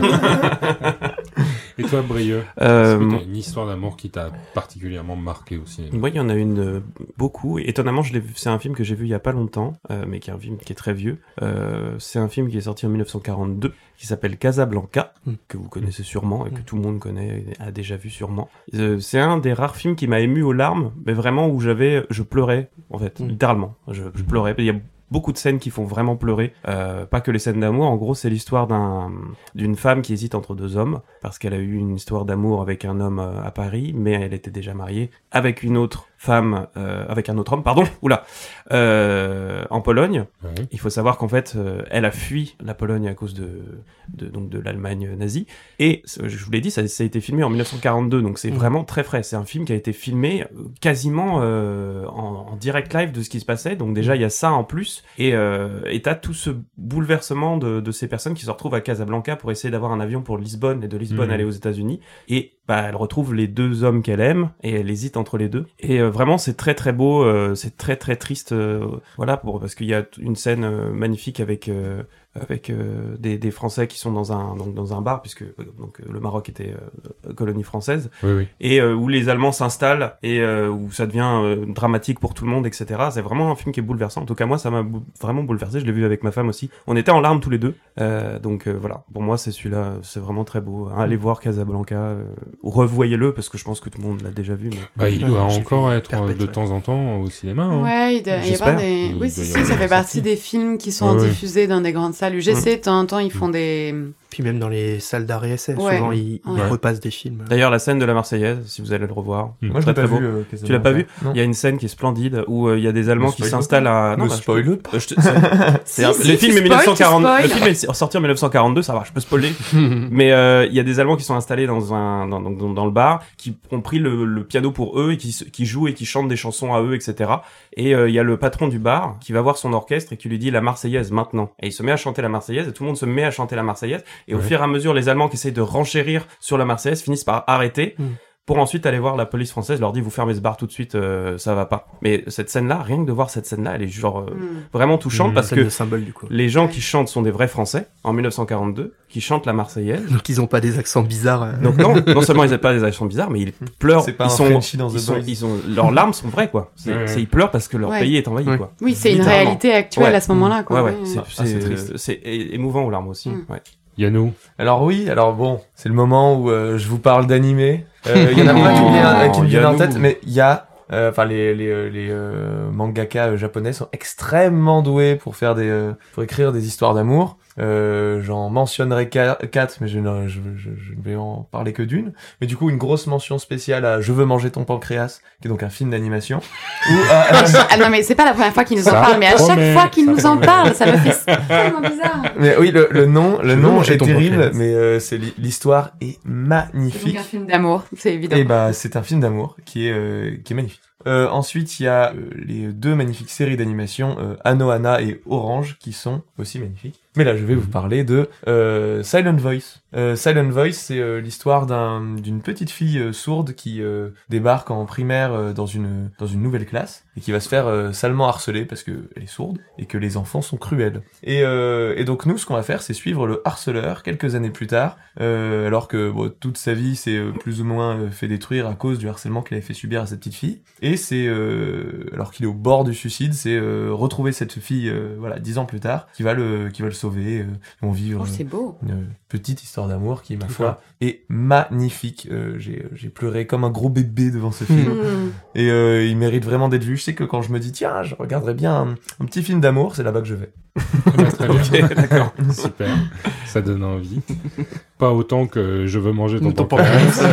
Et toi, Brieux, Euh, est-ce que t'as une histoire d'amour qui t'a particulièrement marqué aussi? Moi, il y en a une euh, beaucoup. Et étonnamment, je l'ai vu- c'est un film que j'ai vu il y a pas longtemps, euh, mais qui est un film qui est très vieux. Euh, c'est un film qui est sorti en mille neuf cent quarante-deux, qui s'appelle Casablanca, Mm. que vous connaissez sûrement et que Mm. tout le monde connaît, et a déjà vu sûrement. Euh, c'est un des rares films qui m'a ému aux larmes, mais vraiment où j'avais, je pleurais en fait, Mm. littéralement. Je, je pleurais. Il y a beaucoup de scènes qui font vraiment pleurer, euh, pas que les scènes d'amour. En gros, c'est l'histoire d'un d'une femme qui hésite entre deux hommes parce qu'elle a eu une histoire d'amour avec un homme euh, à Paris, mais elle était déjà mariée avec une autre femme, euh, avec un autre homme, pardon, oula, euh, en Pologne. Ouais. Il faut savoir qu'en fait, euh, elle a fui la Pologne à cause de, de donc de l'Allemagne nazie. Et euh, je vous l'ai dit, ça, ça a été filmé en mille neuf cent quarante-deux, donc c'est Mhm. vraiment très frais. C'est un film qui a été filmé euh, quasiment euh, en, en direct live de ce qui se passait. Donc déjà, il y a ça en plus. Et euh, et t'as tout ce bouleversement de, de ces personnes qui se retrouvent à Casablanca pour essayer d'avoir un avion pour Lisbonne et de Lisbonne Mhm. aller aux États-Unis. Et bah, elle retrouve les deux hommes qu'elle aime et elle hésite entre les deux. Et euh, vraiment, c'est très très beau, euh, c'est très très triste. euh, voilà, pour parce qu'il y a une scène euh, magnifique avec euh, avec euh, des, des Français qui sont dans un donc dans un bar puisque euh, donc euh, le Maroc était euh, colonie française Oui, oui. et euh, où les Allemands s'installent et euh, où ça devient euh, dramatique pour tout le monde, et cetera. C'est vraiment un film qui est bouleversant. En tout cas, moi, ça m'a bou- vraiment bouleversé. Je l'ai vu avec ma femme aussi. On était en larmes tous les deux. Euh, donc euh, voilà, pour moi, c'est celui-là. C'est vraiment très beau. Hein, allez voir Casablanca. Euh, ou revoyez-le parce que je pense que tout le monde l'a déjà vu. Mais... Bah, il Ouais, doit j'ai encore vu être Perpète, de ouais. temps en temps au cinéma. Hein. Ouais, il doit y J'espère. avoir des... Il Oui, doit si, y si, avoir ça des fait partie sorties. des films qui sont Ouais, ouais. diffusés dans des grandes salles. U G C, de temps en temps, ils font des, Puis même dans les salles d'arrêt essai, Ouais. souvent ils, ils Ouais. repassent des films. D'ailleurs, la scène de la Marseillaise, si vous allez le revoir. Mm. Moi, je Très, l'ai pas très beau. vu. euh, Casablanca. Tu l'as pas vu Non. Il y a une scène qui est splendide où euh, il y a des Allemands Me qui spoil s'installent à. Me bah, je spoil peux- pas. euh, je te- c'est- c'est un- Si, le si, film tu est spoil, mille neuf cent quarante. tu Le spoil. film est sorti en mille neuf cent quarante-deux, ça va, je peux spoiler. Mais euh, il y a des Allemands qui sont installés dans un dans, dans, dans le bar, qui ont pris le, le piano pour eux et qui se- qui jouent et qui chantent des chansons à eux, et cetera. Et euh, il y a le patron du bar qui va voir son orchestre et qui lui dit la Marseillaise maintenant. Et il se met à chanter la Marseillaise et tout le monde se met à chanter la Marseillaise. Et au Ouais. fur et à mesure, les Allemands qui essayent de renchérir sur la Marseillaise finissent par arrêter. Mm. Pour ensuite aller voir la police française, leur dit vous fermez ce bar tout de suite, euh, ça va pas. Mais cette scène-là, rien que de voir cette scène-là, elle est genre euh, Mm. vraiment touchante Mm. parce Scène que de symbole du coup. les gens Ouais. qui chantent sont des vrais Français en mille neuf cent quarante-deux, qui chantent la Marseillaise. Donc ils ont pas des accents bizarres. euh. Donc non, non seulement ils n'ont pas des actions bizarres, mais ils pleurent. C'est pas ils un sont, Frenchie dans The ils sont, Boys. ils ont, leurs larmes sont vraies quoi. C'est, Ouais. c'est- ils pleurent parce que leur Ouais. pays est envahi Ouais. quoi. Oui, c'est une Littéralement. réalité actuelle Ouais. à ce moment-là, quoi. Ouais ouais, Ouais. c'est, Ah, c'est c'est, triste. c'est é- émouvant aux larmes aussi. Mm. Ouais. Yannou. Alors oui, alors bon, c'est le moment où euh, je vous parle d'animé. Euh, Il y en a plein qui me viennent, euh, qui me viennent en Yannou. tête, mais il y a, euh, enfin les les euh, les euh, mangaka euh, japonais sont extrêmement doués pour faire des, euh, pour écrire des histoires d'amour. Euh, j'en mentionnerai qua- quatre, mais je, ne- je, je, je ne vais en parler que d'une. Mais du coup, une grosse mention spéciale à Je veux manger ton pancréas, qui est donc un film d'animation. Où, euh, Ah non, mais c'est pas la première fois qu'il nous en Ça parle, mais à chaque promet, fois qu'il ça nous en promet. parle, ça me fait tellement bizarre. mais oui, le, le nom, le Je veux nom manger est ton terrible, pancréas. mais euh, c'est li- l'histoire est C'est donc magnifique. un film d'amour, c'est évident. Et bah, c'est un film d'amour qui est euh, qui est magnifique. Euh, ensuite, il y a euh, les deux magnifiques séries d'animation euh, Anohana et Orange qui sont aussi magnifiques. Mais là, je vais vous parler de euh, Silent Voice. Euh, Silent Voice, c'est euh, l'histoire d'un d'une petite fille euh, sourde qui euh, débarque en primaire euh, dans une dans une nouvelle classe et qui va se faire euh, salement harceler parce que elle est sourde et que les enfants sont cruels. Et euh, et donc nous, ce qu'on va faire, c'est suivre le harceleur quelques années plus tard, euh, alors que bon, toute sa vie s'est euh, plus ou moins euh, fait détruire à cause du harcèlement qu'il avait fait subir à cette petite fille. Et c'est euh, alors qu'il est au bord du suicide, c'est euh, retrouver cette fille, euh, voilà, dix ans plus tard, qui va le qui va le sauver. Euh, ils vont vivre Oh, c'est beau. une euh, petite histoire d'amour qui, ma foi, est magnifique. Euh, j'ai j'ai pleuré comme un gros bébé devant ce film. Mm. Et euh, il mérite vraiment d'être vu. Je sais que quand je me dis, tiens, je regarderais bien un, un petit film d'amour, c'est là-bas que je vais. Très bien. D'accord. Super. Ça donne envie. Pas autant que Je veux manger ton, Ton pancréas.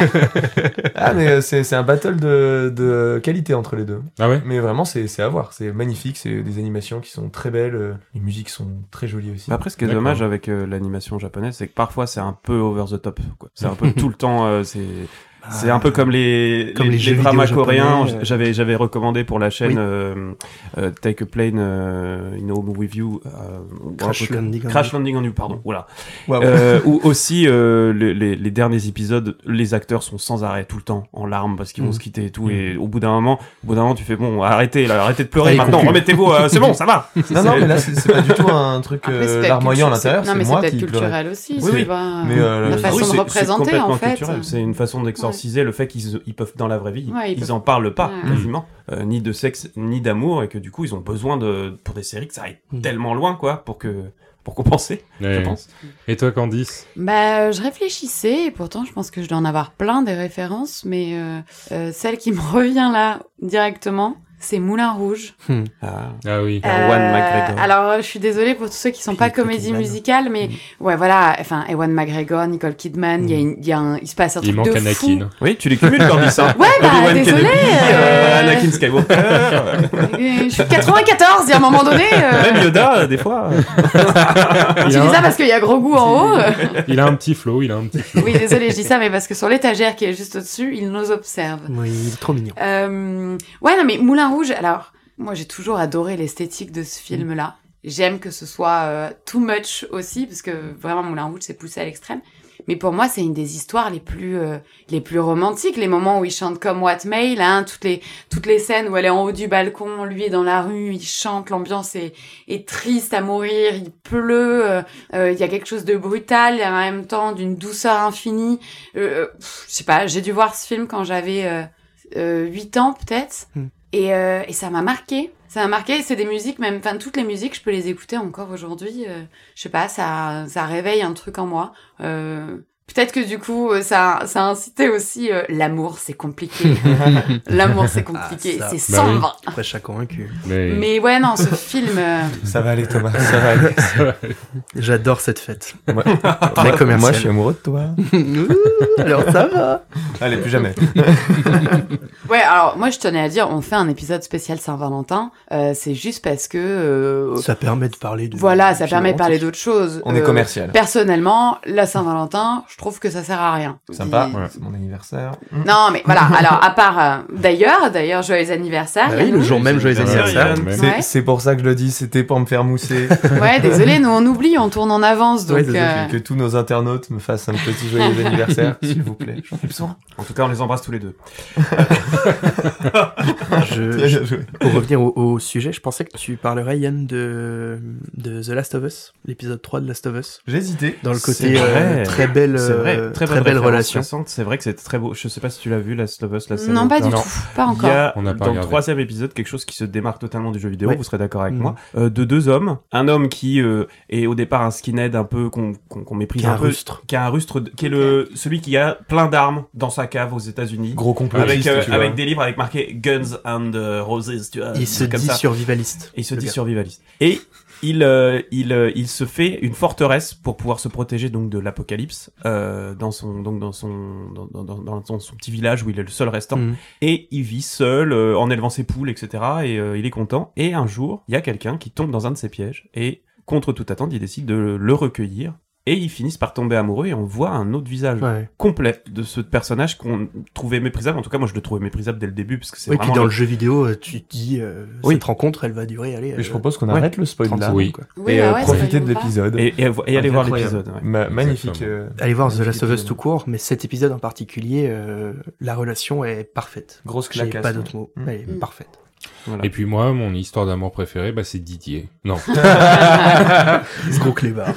Ah, mais euh, c'est c'est un battle de, de qualité entre les deux. Ah ouais. Mais vraiment, c'est c'est à voir. C'est magnifique. C'est des animations qui sont très belles. euh, Les musiques sont très jolies aussi. Mais après, ce qui est D'accord. dommage avec euh, l'animation japonaise, c'est que parfois c'est un peu over the top. Quoi. C'est un peu tout le temps. euh, c'est c'est un peu comme les Comme les jeux dramas vidéo coréens. japonais, euh. J'avais j'avais recommandé pour la chaîne Oui. euh, euh, Take a Plane euh, in Home with You. Euh, ou un Crash truc- Landing on Crash You. Landing on You. Pardon. Voilà. Waouh. Euh, ou aussi euh, les, les, les derniers épisodes, les acteurs sont sans arrêt tout le temps en larmes parce qu'ils vont Mm. se quitter et tout. Et au bout d'un moment, au bout d'un moment, tu fais bon, arrêtez, là, arrêtez de pleurer Allez, maintenant. conclue. Remettez-vous. euh, c'est bon, ça va. Non, non, mais là, c'est c'est pas du tout un truc Après, c'est euh, peut-être larmoyant à cultu- l'intérieur. Non, C'est mais c'est moi peut-être qui pleurais. culturel aussi, Oui, c'est oui. pas Mais, euh, la Ah façon oui, de c'est- c'est représenter complètement en fait. culturel. C'est une façon d'exorciser le fait qu'ils ils peuvent dans la vraie vie, Ouais, ils ils, peuvent- en parlent pas Ouais. quasiment, euh, ni de sexe ni d'amour, et que du coup ils ont besoin de pour des séries que ça aille Mm. tellement loin quoi pour que pour compenser, Ouais. je pense. Et toi, Candice? Bah, euh, je réfléchissais et pourtant je pense que je dois en avoir plein des références, mais euh, euh, celle qui me revient là directement, c'est Moulin Rouge. Ah. Ah oui. Euh, Ewan McGregor. Alors, je suis désolée pour tous ceux qui sont pas Nicole comédie Kidman. musicale, mais ouais, voilà. Enfin, Ewan McGregor, Nicole Kidman, il y a, une- il y a un, il se passe un Il truc manque de Anakin. fou. Oui, tu les cumules quand dis ça. Ouais, bah, Obi-Wan désolé, Kenobi, euh, euh, Anakin Skywalker, Euh, Je suis de quatre-vingt-quatorze, il y a un moment donné. euh, même Yoda euh, des fois. Je Il dis a, ça un, parce qu'il y a gros goût en haut. il a un petit flow, il a un petit flow. Oui, désolé, je dis ça, mais parce que sur l'étagère qui est juste au-dessus, il nous observe. Oui, il est trop mignon. Euh, ouais, non, mais Moulin Rouge, alors, moi j'ai toujours adoré l'esthétique de ce film-là. J'aime que ce soit euh, too much aussi, parce que vraiment Moulin Rouge c'est poussé à l'extrême. Mais pour moi, c'est une des histoires les plus euh, les plus romantiques, les moments où il chante comme What Mail, hein, toutes les toutes les scènes où elle est en haut du balcon, lui est dans la rue, il chante, l'ambiance est est triste à mourir, il pleut, euh, euh, il y a quelque chose de brutal et en même temps d'une douceur infinie. Euh, pff, je sais pas, j'ai dû voir ce film quand j'avais euh, euh, huit ans peut-être. Hmm. Et, euh, et ça m'a marqué. Ça m'a marqué. C'est des musiques, même, enfin, toutes les musiques, je peux les écouter encore aujourd'hui. Euh, je sais pas, ça, ça réveille un truc en moi. Euh, Peut-être que du coup, euh, ça, ça a incité aussi euh, l'amour, c'est compliqué. L'amour, c'est compliqué. Ah, ça. c'est Bah cent oui. vingt. Après, chaque convaincu. Mais, Mais ouais, non, ce film. euh, Ça va aller, Thomas, ça va aller. J'adore cette fête. Moi, Très commercial. moi, je suis amoureux de toi. Ouh, alors ça va. Allez, plus jamais. Ouais, alors moi, je tenais à dire, on fait un épisode spécial Saint-Valentin. Euh, c'est juste parce que. euh, Ça permet de parler de. Voilà, ça de permet de parler romantique. d'autres choses. On est Euh, commercial. Personnellement, la Saint-Valentin, je trouve que ça sert à rien. Sympa, Il- Ouais. c'est mon anniversaire. Non, mais voilà. Alors, à part euh, d'ailleurs, d'ailleurs, joyeux anniversaire. Bah oui, Yannou. le jour même, joyeux anniversaire, anniversaire. Yann. Même. C'est Ouais. c'est pour ça que je le dis, c'était pour me faire mousser. Ouais, désolé, nous on oublie, on tourne en avance, donc. Ouais, désolé, euh, Que tous nos internautes me fassent un petit joyeux anniversaire, s'il vous plaît. J'en ai besoin. En tout cas, on les embrasse tous les deux. Je, Bien je- joué. pour revenir au, au sujet, je pensais que tu parlerais, Yann, de, de The Last of Us, l'épisode trois de Last of Us. J'ai hésité. Dans le côté C'est vrai. euh, très belle, C'est vrai, euh, très, très, bonne belle référence relation. récente. C'est vrai que c'est très beau. Je sais pas si tu l'as vu, Last of Us, la série. Non, pas du Non. tout, pas Il encore. y a On n'a pas dans le regardé. troisième épisode quelque chose qui se démarque totalement du jeu vidéo, Ouais. vous serez d'accord avec Mhm. moi, euh, de deux hommes. Un homme qui euh, est au départ un skinhead un peu qu'on qu'on qu'on méprise Qui est un un peu, rustre. qui a un rustre, qui est le celui qui a plein d'armes dans sa cave aux États-Unis. Gros complotiste, Avec, euh, tu vois. avec des livres avec marqué Guns and euh, Roses, tu vois, Il des se trucs comme dit ça. survivaliste. Et il se le dit gars. survivaliste. Et il, euh, il, euh, il se fait une forteresse pour pouvoir se protéger donc de l'apocalypse euh, dans son donc dans son dans, dans, dans, dans son, son petit village où il est le seul restant. Mhm. Et il vit seul euh, en élevant ses poules, et cetera. Et euh, il est content. Et un jour, il y a quelqu'un qui tombe dans un de ses pièges et contre toute attente, il décide de le recueillir. Et ils finissent par tomber amoureux et on voit un autre visage Ouais. complet de ce personnage qu'on trouvait méprisable. En tout cas, moi, je le trouvais méprisable dès le début parce que c'est Oui, puis vraiment dans le- le jeu vidéo, euh, tu te dis, euh, Oui. cette rencontre, elle va durer, allez. Mais je euh, propose qu'on ouais. arrête le spoil trente là. secondes, Oui. quoi. Oui, Et bah euh, ouais, profiter soyons de pas. l'épisode. et, et, et aller voir Incroyable. l'épisode. ouais. Ma- magnifique. Exactement. euh, Allez voir The magnifique Last of Us épisode. tout court, mais cet épisode en particulier, euh, la relation est parfaite. Grosse J'ai clacasse. pas d'autres mots. Mm. Elle est Mm. parfaite. Voilà. Et puis moi, mon histoire d'amour préférée, bah, c'est Didier. Non. Ce gros clébard.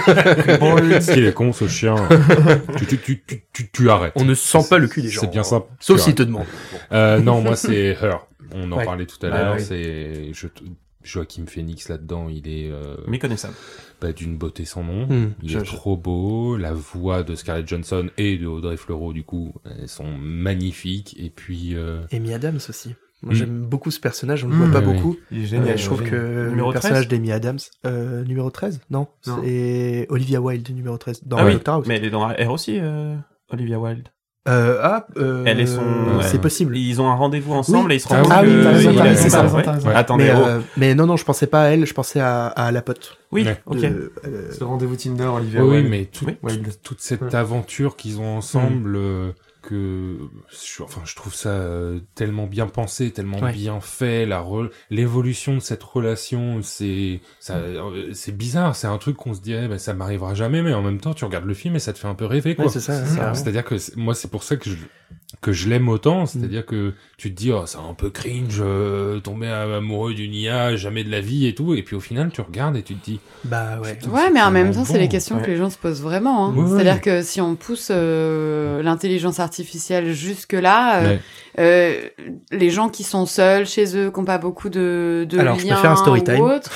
Qu'il est con, ce chien. tu, tu, tu, tu, tu, tu arrêtes. On ne sent pas le cul des gens. C'est bien simple. Sauf Tu s'ils te demandent. Euh, non, moi c'est Her. On en Ouais. parlait tout à Ah l'heure. oui. C'est je... Joachim Phoenix là-dedans. Il est euh, Méconnaissable. bah, d'une beauté sans nom. Hmm. Il Je- est je- trop beau. La voix de Scarlett Johansson et de Audrey Fleurot, du coup, elles sont magnifiques. Et puis, euh... Amy Adams aussi. Moi, Mm. j'aime beaucoup ce personnage, on le Mm, voit pas oui, beaucoup. Il est Euh, génial. je trouve génial. que Numéro le personnage treize d'Amy Adams, euh, numéro treize? Non, Non. c'est Olivia Wilde, numéro treize, dans Ah oui, Doctor House. mais elle est dans R aussi, euh, Olivia Wilde. Euh, ah, euh, Elle est son- c'est ouais. possible. Ils ont un rendez-vous ensemble Oui. et ils se Ah rendent oui, compte ah oui, que t'as raison, il t'as a- raison, c'est t'as ça, raison, ouais. t'as raison. Attendez, mais, oh. euh, mais non, non, je pensais pas à elle, je pensais à, à la pote. oui, Ouais. ok. de- euh, Ce rendez-vous Tinder, Olivia. oui, Wilde. mais tout- Oui. Wilde. toute cette Ouais. aventure qu'ils ont ensemble, euh, que je, enfin, je trouve ça euh, tellement bien pensé, tellement Ouais. bien fait. La re- l'évolution de cette relation, c'est ça, euh, c'est bizarre. C'est un truc qu'on se dirait, bah, ça m'arrivera jamais, mais en même temps, tu regardes le film et ça te fait un peu rêver, quoi. ouais, c'est ça. C'est carrément. C'est-à-dire que c'est- moi, c'est pour ça que je que je l'aime autant, c'est-à-dire que tu te dis, oh, c'est un peu cringe, euh, tomber amoureux d'une I A, jamais de la vie et tout, et puis au final, tu regardes et tu te dis, Bah ouais. Putain, Ouais, c'est mais en même tellement temps, c'est bon. les questions Ouais. que les gens se posent vraiment. Hein. Ouais, ouais. C'est-à-dire que si on pousse euh, l'intelligence artificielle jusque-là, euh, Ouais. euh, les gens qui sont seuls chez eux, qui n'ont pas beaucoup de, de Alors, je peux liens faire un story time. ou autre.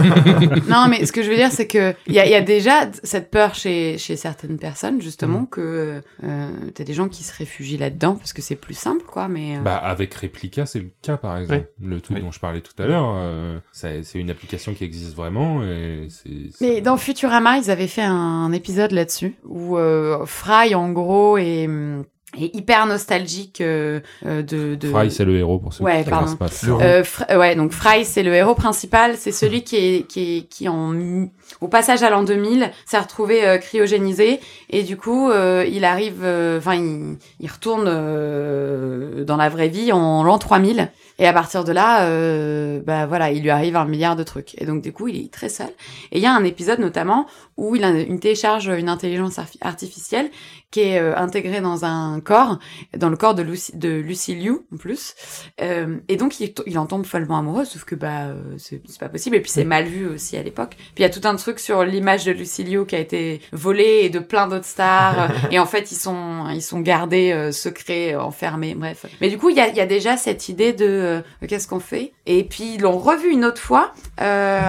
Non, mais ce que je veux dire, c'est que il y a, y a déjà cette peur chez, chez certaines personnes, justement, Mm. que euh, t'as des gens qui se réfugient là-dedans parce que c'est plus simple, quoi. Mais euh, bah, avec Replica, c'est le cas, par exemple. Le truc Oui. dont je parlais tout à l'heure, euh, ça- c'est une application qui existe vraiment, et c'est... c'est- Mais dans Futurama, ils avaient fait un épisode là-dessus où euh, Fry, en gros, est, hum, est hyper nostalgique euh, euh, de, de... Fry, c'est le héros, pour ceux Ouais, qui pardon. connaissent pas. Le- Euh, Fr- euh, ouais, donc Fry, c'est le héros principal, c'est celui qui est qui est qui en au passage à l'an deux mille s'est retrouvé euh, cryogénisé et du coup euh, il arrive, enfin il, il retourne euh, dans la vraie vie en l'an trois mille et à partir de là, euh, bah voilà, il lui arrive un milliard de trucs et donc du coup il est très seul. Et il y a un épisode notamment où il, a, il télécharge une intelligence arfi- artificielle qui est euh, intégrée dans un corps, dans le corps de Lucy, de Lucy Liu en plus. Euh, et donc il, il en tombe follement amoureux, sauf que bah euh, c'est, c'est pas possible. Et puis c'est mal vu aussi à l'époque. Puis il y a tout un truc sur l'image de Lucy Liu qui a été volée et de plein d'autres stars. Et en fait ils sont ils sont gardés euh, secrets, euh, enfermés, bref. Mais du coup il y a, il y a déjà cette idée de euh, qu'est-ce qu'on fait. Et puis ils l'ont revu une autre fois. Euh,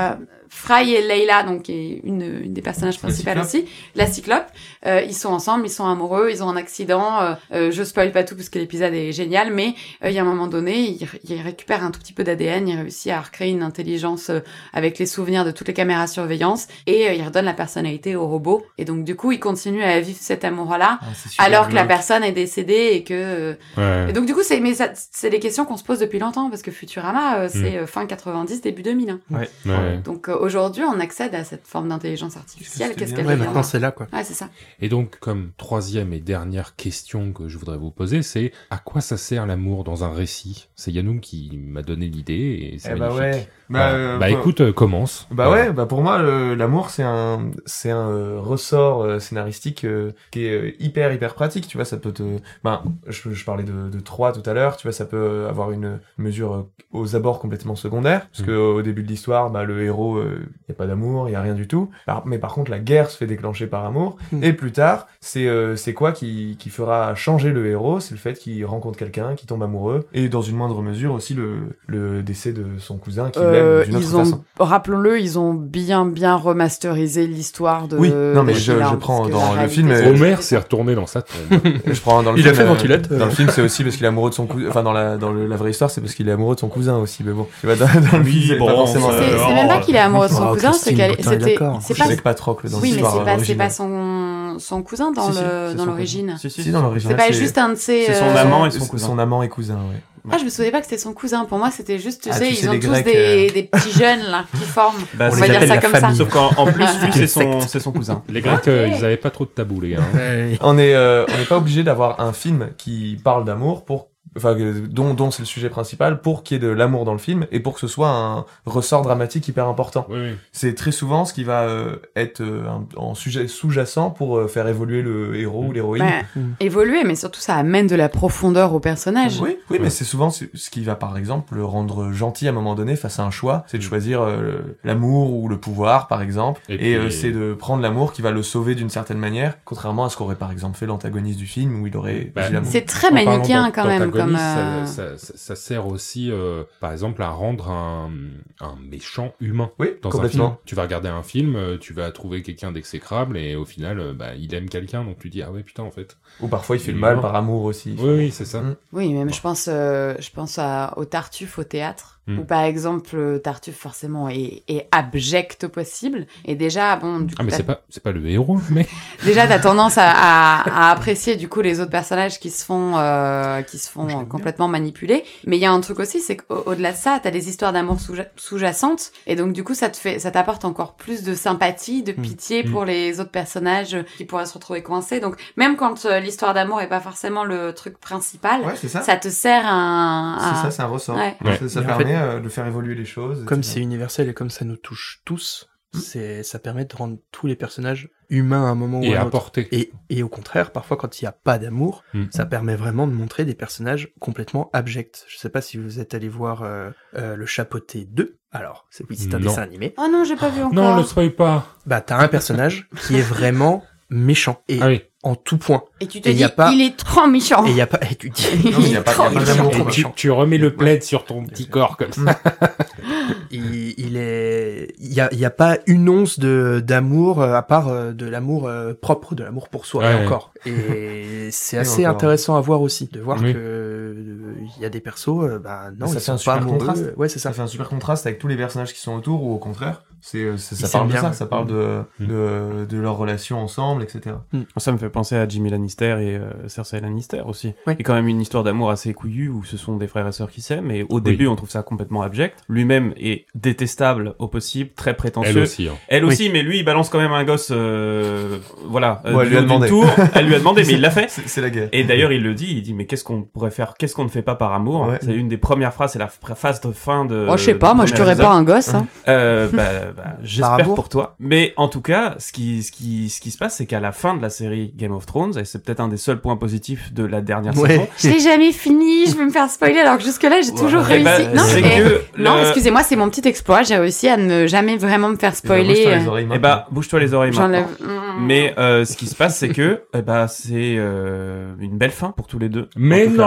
Fry et Layla, donc qui est une, une des personnages principales aussi, la Cyclope, euh, ils sont ensemble, ils sont amoureux, ils ont un accident. Euh, euh, je spoil pas tout parce que l'épisode est génial, mais euh, il y a un moment donné, il, il récupère un tout petit peu d'A D N, il réussit à recréer une intelligence euh, avec les souvenirs de toutes les caméras surveillance et euh, il redonne la personnalité au robot. Et donc du coup, il continue à vivre cet amour-là, Ah, alors que la personne est décédée et que. Euh... Ouais. Et donc du coup, c'est mais ça, c'est des questions qu'on se pose depuis longtemps parce que Futurama, euh, c'est mm. fin quatre-vingt-dix, début deux mille. Hein. Ouais. Ouais. Donc euh, aujourd'hui, on accède à cette forme d'intelligence artificielle. Qu'est-ce qu'elle Ouais, devient maintenant c'est là quoi. Ouais, c'est ça. Et donc, comme troisième et dernière question que je voudrais vous poser, c'est à quoi ça sert l'amour dans un récit? C'est Yannou qui m'a donné l'idée et c'est Eh bah magnifique. ouais. Bah, Bah, euh, bah pour- écoute, euh, commence. Bah Voilà. ouais, bah pour moi le- l'amour c'est un c'est un euh, ressort euh, scénaristique euh, qui est euh, hyper hyper pratique, tu vois, ça peut te ben je, je parlais de de trois tout à l'heure, tu vois, ça peut euh, avoir une mesure euh, aux abords complètement secondaire parce Mm. que euh, au début de l'histoire, bah le héros euh, y a pas d'amour, y a rien du tout. Par- mais par contre la guerre se fait déclencher par amour Mm. et plus tard, c'est euh, c'est quoi qui qui fera changer le héros, c'est le fait qu'il rencontre quelqu'un, qui tombe amoureux et dans une moindre mesure aussi le le décès de son cousin qui Euh, l'aime d'une autre ils ont, façon. rappelons-le, ils ont bien bien remasterisé l'histoire de. Oui, non, mais de je- Sheila, je prends parce que dans la le réalité, film, c'est- euh, Homer s'est retourné dans sa tombe. Je prends dans le Il film, a fait euh, ventilette. Dans le film, c'est aussi parce qu'il est amoureux de son cousin. Enfin, dans la dans le, la vraie histoire, c'est parce qu'il est amoureux de son cousin aussi. Mais bon, tu vois, dans, dans le Oui, film, c'est bon, pas forcément. c'est- C'est Euh, c'est même pas qu'il est amoureux de son Oh, cousin, c'est Christine qu'elle Boutin est c'était d'accord. c'est C'est pas avec Patrocle dans oui, mais l'histoire c'est pas c'est originale. pas son son cousin dans Si, si, le c'est dans son l'origine. Si, si, Si, dans l'original. C'est pas juste un de ses. c'est son euh, amant et son c'est cousin. Son amant et cousin, ouais. Ah, je me souvenais pas que c'était son cousin. Pour moi, c'était juste, tu Ah, sais, tu ils sais, ont les tous Grecs, des euh, des petits jeunes là qui forment. Bah, On On les va dire appelle ça la comme ça. famille. Sauf qu'en en plus, lui, c'est son, Secte. c'est son cousin. Les Grecs, euh, ils avaient pas trop de tabous, les gars. hein. Ouais. On est euh, on n'est pas obligé d'avoir un film qui parle d'amour pour enfin euh, dont dont c'est le sujet principal pour qu'il y ait de l'amour dans le film et pour que ce soit un ressort dramatique hyper important. Oui, oui. C'est très souvent ce qui va euh, être euh, un- en sujet sous-jacent pour euh, faire évoluer le héros ou l'héroïne. Ouais, Mm. évoluer, mais surtout ça amène de la profondeur au personnage. Oui, oui, Ouais. mais c'est souvent ce ce qui va, par exemple, le rendre gentil à un moment donné face à un choix. C'est de Mm. choisir euh, l'amour ou le pouvoir, par exemple. Et Et, puis- euh, c'est de prendre l'amour qui va le sauver d'une certaine manière, contrairement à ce qu'aurait, par exemple, fait l'antagoniste du film où il aurait Bah, eu l'amour. C'est très En parlant manichéen d'an- quand même comme. d'antagoniste, euh, ça, ça, ça, ça sert aussi, euh, par exemple, à rendre un, un méchant humain. Oui, Dans un complètement. film, tu vas regarder un film, euh, tu vas trouver quelqu'un d'exécrable et au final, euh, bah, il aime quelqu'un, donc tu dis ah ouais putain en fait. Ou parfois il fait le Il mal meurt. par amour aussi. Oui oui c'est ça. Mm. Oui, même je pense, euh, je pense à, au Tartuffe au théâtre, Mm. où par exemple euh, Tartuffe forcément est, est abject au possible, et déjà bon, du coup, Ah mais t'as- c'est pas c'est pas le héros le mec. déjà t'as tendance à, à, à apprécier du coup les autres personnages qui se font, euh, qui se font Je euh, l'aime bien. complètement manipuler. Mais il y a un truc aussi, c'est qu'au-delà de ça, t'as des histoires d'amour sous- sous-jacentes, et donc du coup ça te fait, ça t'apporte encore plus de sympathie, de Mm. pitié Mm. pour les autres personnages qui pourraient se retrouver coincés. Donc même quand euh, l'histoire d'amour est pas forcément le truc principal, Ouais, c'est ça. ça te sert un, C'est un- ça, c'est un ressort. Ouais. Ouais. Ça, ça Mais en permet fait- euh, de faire évoluer les choses. Comme et c'est cetera. universel et comme ça nous touche tous, Mm. c'est ça permet de rendre tous les personnages humains à un moment ou Et à un autre. apporter. Et, et au contraire, parfois quand il n'y a pas d'amour, Mm. ça permet vraiment de montrer des personnages complètement abjects. Je sais pas si vous êtes allé voir euh, euh, le Chapeauté deux. Alors, c'est oui, c'est un Non. dessin animé. Oh non, j'ai pas vu encore. Non le spoil pas. Bah t'as un personnage qui est vraiment méchant et Ah oui. en tout point. Et tu te Et y dis, a pas- il est trop méchant. Et il y a pas et tu dis Non, mais il y a pas- il y a pas Il est d'amour, trop quoi. Tu, tu remets le plaid sur ton petit corps comme ça. il, il est il y a il y a pas une once de d'amour euh, à part euh, de l'amour euh, propre, de l'amour pour soi Ouais. et encore. Et c'est Et assez encore. intéressant à voir aussi de voir Oui. que euh, il y a des persos euh, bah non, Ça ils fait un sont pas super amoureux. contraste. Ouais, c'est ça. Ça fait un super contraste avec tous les personnages qui sont autour ou au contraire. C'est, euh, c'est- Ils ça parle s'aiment de bien, ça, ouais. ça parle de, Mm. de, de leur relation ensemble, et cetera. Ça me fait penser à Jimmy Lannister et euh, Cersei Lannister aussi. Oui. Il y a quand même une histoire d'amour assez couillue où ce sont des frères et sœurs qui s'aiment et au début on trouve ça complètement abject. Lui-même est détestable au possible, très prétentieux. Elle aussi. Hein. Elle aussi, mais lui il balance quand même un gosse, euh, voilà, euh, Ouais, elle du lui a haut d'une demandé. tour. Elle lui a demandé, mais il l'a fait. C'est, c'est la guerre. Et d'ailleurs, il le dit, il dit, mais qu'est-ce qu'on pourrait faire, qu'est-ce qu'on ne fait pas par amour? Ouais. C'est une des premières phrases, c'est la pr- phase de fin de... Oh, je sais pas, du moi je premier t'aurais pas épisode. un gosse. Hein. Euh, bah, bah, j'espère amour. pour toi. Mais en tout cas, ce qui, ce qui, ce qui se passe, c'est qu'à la fin de la série Game of Thrones, et c'est peut-être un des seuls points positifs de la dernière Ouais. saison, Je l'ai jamais fini, je vais me faire spoiler alors que jusque-là j'ai toujours eh réussi. ben, non, c'est mais- que non, le- excusez-moi, c'est mon petit exploit, j'ai réussi à ne jamais vraiment me faire spoiler. Bouge-toi les euh, oreilles eh maintenant. bah, bouge-toi les oreilles maintenant. J'enlève. Mm. Mais euh, ce qui se passe, c'est que, eh bah, c'est euh, une belle fin pour tous les deux. Mais En tout cas. non.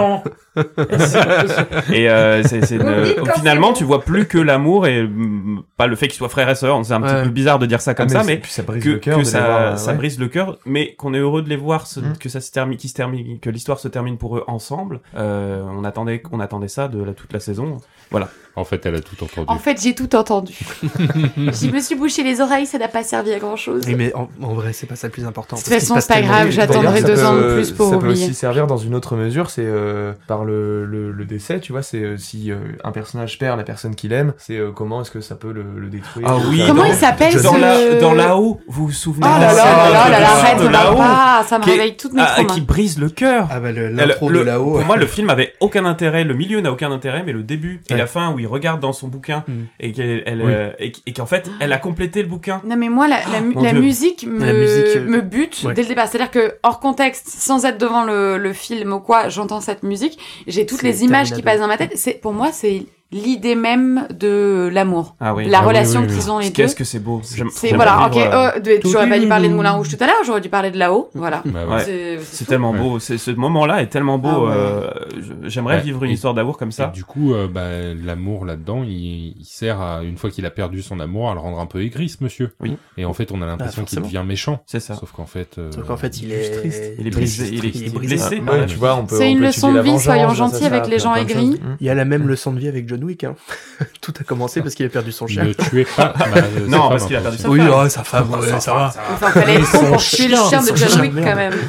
Et euh, c'est, c'est Vous une- me dites quand finalement, c'est bon. tu vois plus que l'amour et mm, pas le fait qu'ils soient frères et sœurs. C'est un petit Ouais. peu bizarre de dire ça comme Ah, ça, c'est- mais puis ça brise que, le cœur que de ça, les voir, euh, ça ouais. brise le cœur, mais qu'on est heureux de les voir, se- Mm. que ça se termine, qui se termine, que l'histoire se termine pour eux ensemble. Euh, on attendait, on attendait ça de la, toute la saison. Voilà. En fait, elle a tout entendu. En fait, j'ai tout entendu. Je me suis bouché les oreilles, ça n'a pas servi à grand chose. Oui, mais en, en vrai, c'est pas ça le plus important. De toute parce qu'il se façon, passe c'est pas tellement grave, de- j'attendrai D'ailleurs, ça deux peut- ans de plus pour Ça peut oublier. aussi servir dans une autre mesure, c'est euh, par le, le, le décès, tu vois, c'est euh, si euh, un personnage perd la personne qu'il aime, c'est euh, comment est-ce que ça peut le, le détruire. Ah oui, Faire- Comment dans- il s'appelle Dans ce... la, dans là-haut, vous vous souvenez Oh de là la là scène là là là là, de arrête, on là-haut, pas, ça me qui est- réveille toutes mes ah, traumas. qui brise le cœur. Ah bah le- Elle- l'intro le- de là-haut. Pour moi, le film avait aucun intérêt. Le milieu n'a aucun intérêt, mais le début et Ouais. la fin où il regarde dans son bouquin Mm. et qu'elle, elle, Oui. euh, et, qu- et qu'en fait, elle a complété le bouquin. Non mais moi la, la, mu- mon la Dieu. musique me La musique, euh, me bute ouais. dès le départ. C'est-à-dire que hors contexte, sans être devant le, le film ou quoi, j'entends cette musique, j'ai toutes C'est les images qui Terminator. passent dans ma tête. C'est pour moi c'est l'idée même de l'amour, Ah oui. la Ah oui, relation oui, oui. qu'ils ont les deux. Qu'est-ce que c'est beau. J'aime- C'est j'aimerais voilà, ok. vivre, euh, euh, de- j'aurais pas dû parler de Moulin Rouge tout à l'heure, j'aurais dû parler de là-haut. Voilà. Bah ouais. Ouais. C'est C'est tout. tellement Ouais. beau. C'est, ce moment-là est tellement beau. Ah ouais. euh, je- j'aimerais Ouais. vivre une Et- histoire d'amour comme Et ça. du coup, euh, bah, l'amour là-dedans, il, il sert à, une fois qu'il a perdu son amour, à le rendre un peu aigri, ce monsieur. Oui. Et en fait, on a l'impression Ah, qu'il forcément. devient méchant. C'est ça. Sauf qu'en fait, euh, Sauf qu'en fait, il juste est triste. Il est triste, brisé. Il est, il est brisé. blessé. Ouais, par la tu vie. vois, on peut. C'est on une peut leçon étudier de la vie, vengeance soyons grâce à gentils ça, avec les gens plein de aigris. choses. Mm. Il y a la même leçon de vie avec John Wick. Hein. Tout a commencé parce qu'il a perdu son chien. ne tuez pas ma- sa Non, femme, parce qu'il a hein, perdu pour sa Oui, femme. oh, sa femme, ouais, ça va. Enfin, fallait être con Son pour tuer le chien, chien de son John chien, Wick merde. quand même.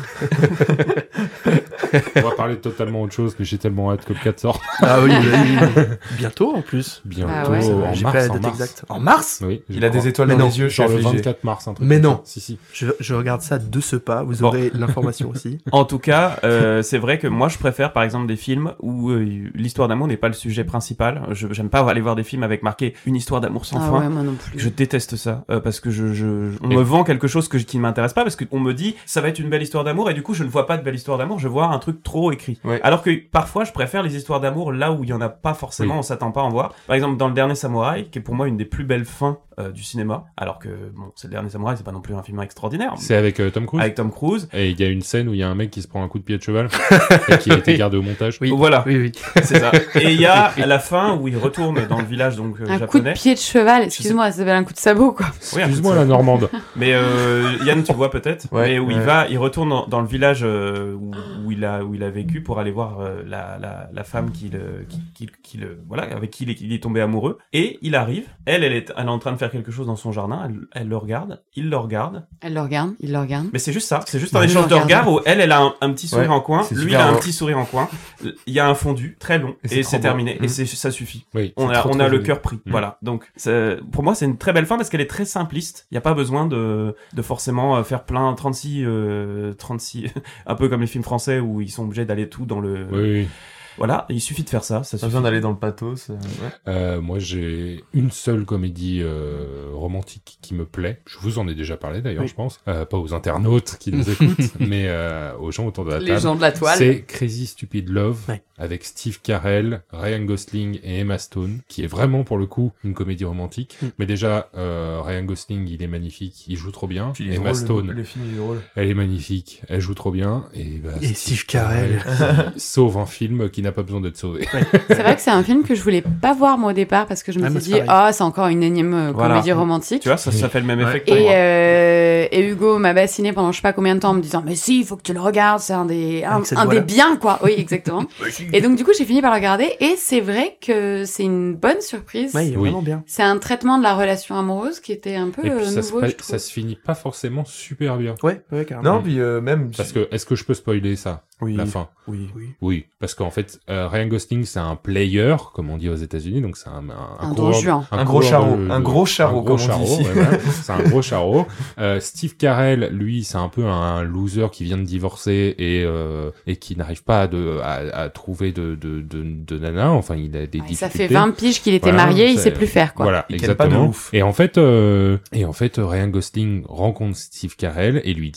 On va parler de totalement autre chose, mais j'ai tellement hâte que le quatre sorte. Ah oui, oui, oui. Bientôt en plus. Bientôt, Ah ouais. en J'ai mars, pas la en date mars. exacte. En mars Oui, je Il a crois. des étoiles Mais dans non, les yeux, je suis Genre le affligé. vingt-quatre mars, un truc Mais comme non. ça. Si, si. je, je regarde ça de ce pas. Vous Bon. aurez l'information aussi. En tout cas, euh, c'est vrai que moi je préfère par exemple des films où euh, l'histoire d'amour n'est pas le sujet principal. Je, j'aime pas aller voir des films avec marqué une histoire d'amour sans Ah fin. ouais, moi non plus. Je déteste ça euh, parce que je, je, je- on Et- me vend quelque chose que, je- qui ne m'intéresse pas parce qu'on me dit ça va être une belle histoire d'amour et du coup je ne vois pas de belle histoire d'amour, je vois un truc trop écrit. Ouais. Alors que parfois je préfère les histoires d'amour là où il y en a pas forcément, Oui. on s'attend pas à en voir. Par exemple dans Le Dernier Samouraï, qui est pour moi une des plus belles fins euh, du cinéma, alors que bon c'est Le Dernier Samouraï, c'est pas non plus un film extraordinaire. C'est avec euh, Tom Cruise. Avec Tom Cruise. Et il y a une scène où il y a un mec qui se prend un coup de pied de cheval et qui a été gardé au montage. Oui. Voilà, Oui, oui. c'est ça. Et il y a à la fin où il retourne dans le village donc euh, Un coup de japonais. pied de cheval, excuse-moi, ça s'appelle un coup de sabot quoi. Oui, un coup de Excuse-moi la Normande. Mais euh, Yann, tu vois peut-être, Ouais, mais où il ouais. va, il retourne dans, dans le village euh, où, où il a où il a vécu pour aller voir euh, la, la la femme qui le qui, qui, qui le voilà avec qui il est, il est tombé amoureux et il arrive. Elle, elle est elle est en train de faire quelque chose dans son jardin. Elle, elle le regarde, il le regarde. Elle le regarde, il le regarde. Mais c'est juste ça, c'est juste Ouais, un il échange le de regarde. regards où elle, elle a un, un petit sourire Ouais, en coin, c'est lui il super a un beau. petit sourire en coin. Il y a un fondu très long Et et, c'est c'est trop terminé beau. et Mhm. c'est ça suffit. Oui. On C'est a, trop, on trop a le joli. cœur pris. Mm. Voilà. Donc, c'est- pour moi, c'est une très belle fin parce qu'elle est très simpliste. Il n'y a pas besoin de, de forcément euh, faire plein trente-six, euh, trente-six, un peu comme les films français où ils sont obligés d'aller tout dans le. Oui, oui. Voilà. Il suffit de faire ça. Ça Pas suffit. besoin d'aller dans le pathos. euh, ouais. Euh, moi, j'ai une seule comédie euh, romantique qui me plaît. Je vous en ai déjà parlé d'ailleurs, Oui. je pense. Euh, pas aux internautes qui nous écoutent, mais euh, aux gens autour de la Les table. gens de la toile. C'est Crazy Stupid Love Ouais. avec Steve Carell, Ryan Gosling et Emma Stone, qui est vraiment pour le coup une comédie romantique. Mm. Mais déjà, euh, Ryan Gosling, il est magnifique, il joue trop bien. Puis il est Emma drôle, Stone, le, le film il est drôle. elle est magnifique, elle joue trop bien. Et, bah, Et Steve Carell. qui sauve un film qui n'a pas besoin d'être sauvé. C'est vrai que c'est un film que je voulais pas voir moi au départ parce que je me Ah, suis moi, c'est dit pareil. ah c'est encore une énième euh, Voilà. comédie romantique. Tu vois, ça, ça fait le même effet que Et, toi. euh, et Hugo m'a bassiné pendant je sais pas combien de temps en me disant mais si il faut que tu le regardes, c'est un des un, Avec cette un des voix-là. biens quoi. Oui exactement. Et donc du coup j'ai fini par le regarder et c'est vrai que c'est une bonne surprise. Ouais, il est Oui. vraiment bien. C'est un traitement de la relation amoureuse qui était un peu Et puis euh, ça, se, nouveau pa- je trouve. ça se finit pas forcément super bien. Ouais, ouais, carrément. Non, puis euh, même. Parce que, est-ce que je peux spoiler ça, Oui. la fin? Oui. Oui. Oui, parce qu'en fait, euh, Ryan Gosling, c'est un player, comme on dit aux États-Unis, donc c'est un, un, Un coureur- don juan. Un gros coureur charreau, de- un de- gros charreau, un gros comme on dit charreau, ici. ouais, voilà. C'est un gros charreau. Euh, Steve Carell, lui, c'est un peu un loser qui vient de divorcer et euh, et qui n'arrive pas à, de, à, à trouver de, de, de, de nana. Enfin, il a des Ouais, ça difficultés. fait vingt piges qu'il était Voilà, marié, il c'est- sait plus faire quoi. Voilà, Il ken pas de exactement. ouf. Et en fait, euh, et en fait, Ryan Gosling rencontre Steve Carell et lui dit,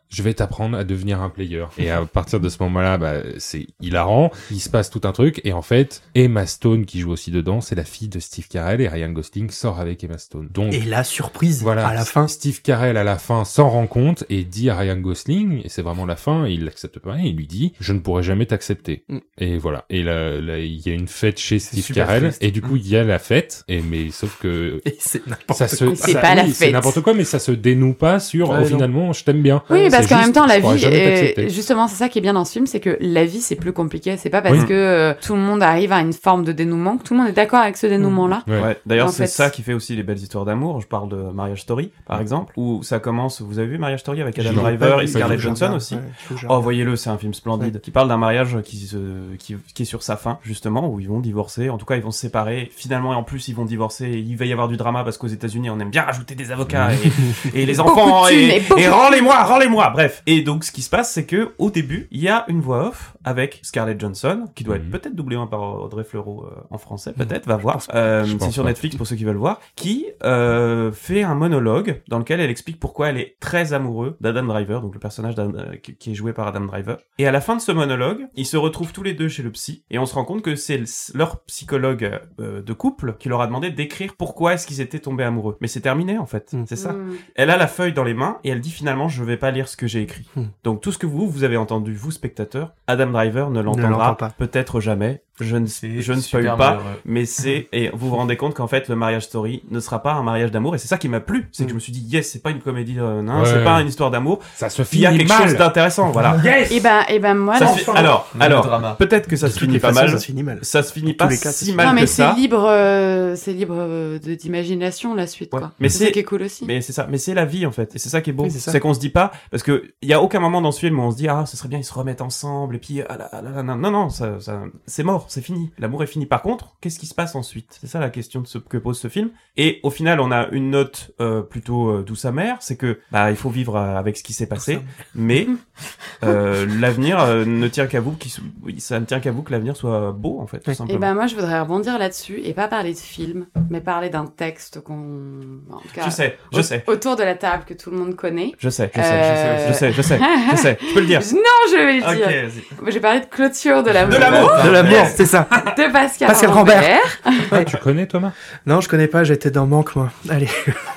je vais t'apprendre à devenir un player. Et à partir de ce moment-là, bah, c'est hilarant. Il se passe tout un truc. Et en fait, Emma Stone, qui joue aussi dedans, c'est la fille de Steve Carell et Ryan Gosling sort avec Emma Stone. Donc, Et la surprise, voilà, à la fin. Steve Carell, à la fin, s'en rend compte et dit à Ryan Gosling, et c'est vraiment la fin, et il l'accepte pas, et il lui dit, je ne pourrai jamais t'accepter. Mm. Et voilà. Et là, là, il y a une fête chez Steve super Carell, triste. et du coup, il y a la fête, et mais sauf que Et c'est n'importe ça se, quoi. C'est ça- pas la oui, c'est fête. n'importe quoi, mais ça se dénoue pas sur, Ouais, oh, non. finalement, je t'aime bien. Oui, parce C'est qu'en même juste, temps, la je pourrais vie, jamais est- t'accepter. justement, c'est ça qui est bien dans ce film, c'est que la vie, c'est plus compliqué. C'est pas parce Oui. que euh, tout le monde arrive à une forme de dénouement que tout le monde est d'accord avec ce dénouement-là. Ouais. Ouais. D'ailleurs, En c'est fait- ça qui fait aussi les belles histoires d'amour. Je parle de Marriage Story, par exemple, où ça commence. Vous avez vu Marriage Story avec Adam Non, Driver pas et vu, Scarlett il faut que je Johnson regarde. aussi. Ouais, il faut que je Oh, regarde. voyez-le, c'est un film splendide qui parle d'un mariage qui, se, qui, qui est sur sa fin, justement, où ils vont divorcer. En tout cas, ils vont se séparer. Finalement, et en plus, ils vont divorcer. Et il va y avoir du drama parce qu'aux États-Unis, on aime bien rajouter des avocats et, et les Beaucoup enfants de thunes et, et beaucoup et de rends-les-moi, rends-les-moi. Bref. Et donc, ce qui se passe, c'est que au début, il y a une voix off avec Scarlett Johnson, qui doit être Mhm. peut-être doublée hein, par Audrey Fleurot euh, en français, peut-être, va voir. Euh, Je c'est pense sur pas. Netflix pour ceux qui veulent voir, qui euh, fait un monologue dans lequel elle explique pourquoi elle est très amoureuse d'Adam Driver, donc le personnage d'Adam- euh, qui qui est joué par Adam Driver. Et à la fin de ce monologue, ils se retrouvent tous les deux chez le psy, et on se rend compte que c'est le- leur psychologue euh, de couple qui leur a demandé d'écrire pourquoi est-ce qu'ils étaient tombés amoureux. Mais c'est terminé en fait, Mm. c'est ça. Mm. Elle a la feuille dans les mains et elle dit finalement je vais pas lire ce que j'ai écrit. Hmm. Donc tout ce que vous vous avez entendu, vous spectateurs, Adam Driver ne l'entend l'entendra pas. peut-être jamais. Je ne C'est je ne super spoil pas, malheureux. mais c'est et vous vous rendez compte qu'en fait le Marriage Story ne sera pas un mariage d'amour et c'est ça qui m'a plu, c'est que je me suis dit yes, c'est pas une comédie euh, non, Ouais. c'est pas une histoire d'amour, Ça se il finit y a quelque mal. chose d'intéressant, voilà. Yes! Et ben, et ben moi, Ça là, se fi- alors alors Melodrama. peut-être que ça De se toutes finit les pas façons, mal, ça se finit mal. ça se finit De pas tous les cas, ça si se mal non mais que c'est ça. libre, euh, c'est libre euh, de d'imagination la suite Ouais. quoi. Mais c'est ça c'est- qui est cool aussi. Mais c'est ça, mais c'est la vie en fait, et c'est ça qui est beau, Oui, c'est ça. c'est qu'on se dit pas, parce que il y a aucun moment dans ce film où on se dit ah ce serait bien ils se remettent ensemble et puis ah là, ah là, là, non non non ça, ça c'est mort, c'est fini, l'amour est fini. Par contre, qu'est-ce qui se passe ensuite? C'est ça la question de ce que pose ce film. Et au final, on a une note euh, plutôt euh, douce amère, c'est que bah il faut vivre euh, avec ce qui s'est passé, mais euh, l'avenir euh, ne tient qu'à vous, qui so- oui, ça ne tient qu'à vous que l'avenir soit beau en fait, tout Oui. simplement. Et ben moi je voudrais rebondir là-dessus et pas parler de film, mais parler d'un texte qu'on, en tout cas, Je sais, je au- sais, autour de la table que tout le monde connaît. je sais, je sais, Euh, je sais, je sais, je sais, je peux le dire. Non, je vais le Ok, dire. vas-y. J'ai parlé de clôture de l'amour De l'amour. De l'amour, c'est ça. de Pascal, Pascal Rambert. Ah, tu connais, Thomas? Non, je connais pas, j'étais dans Manque, moi. Allez.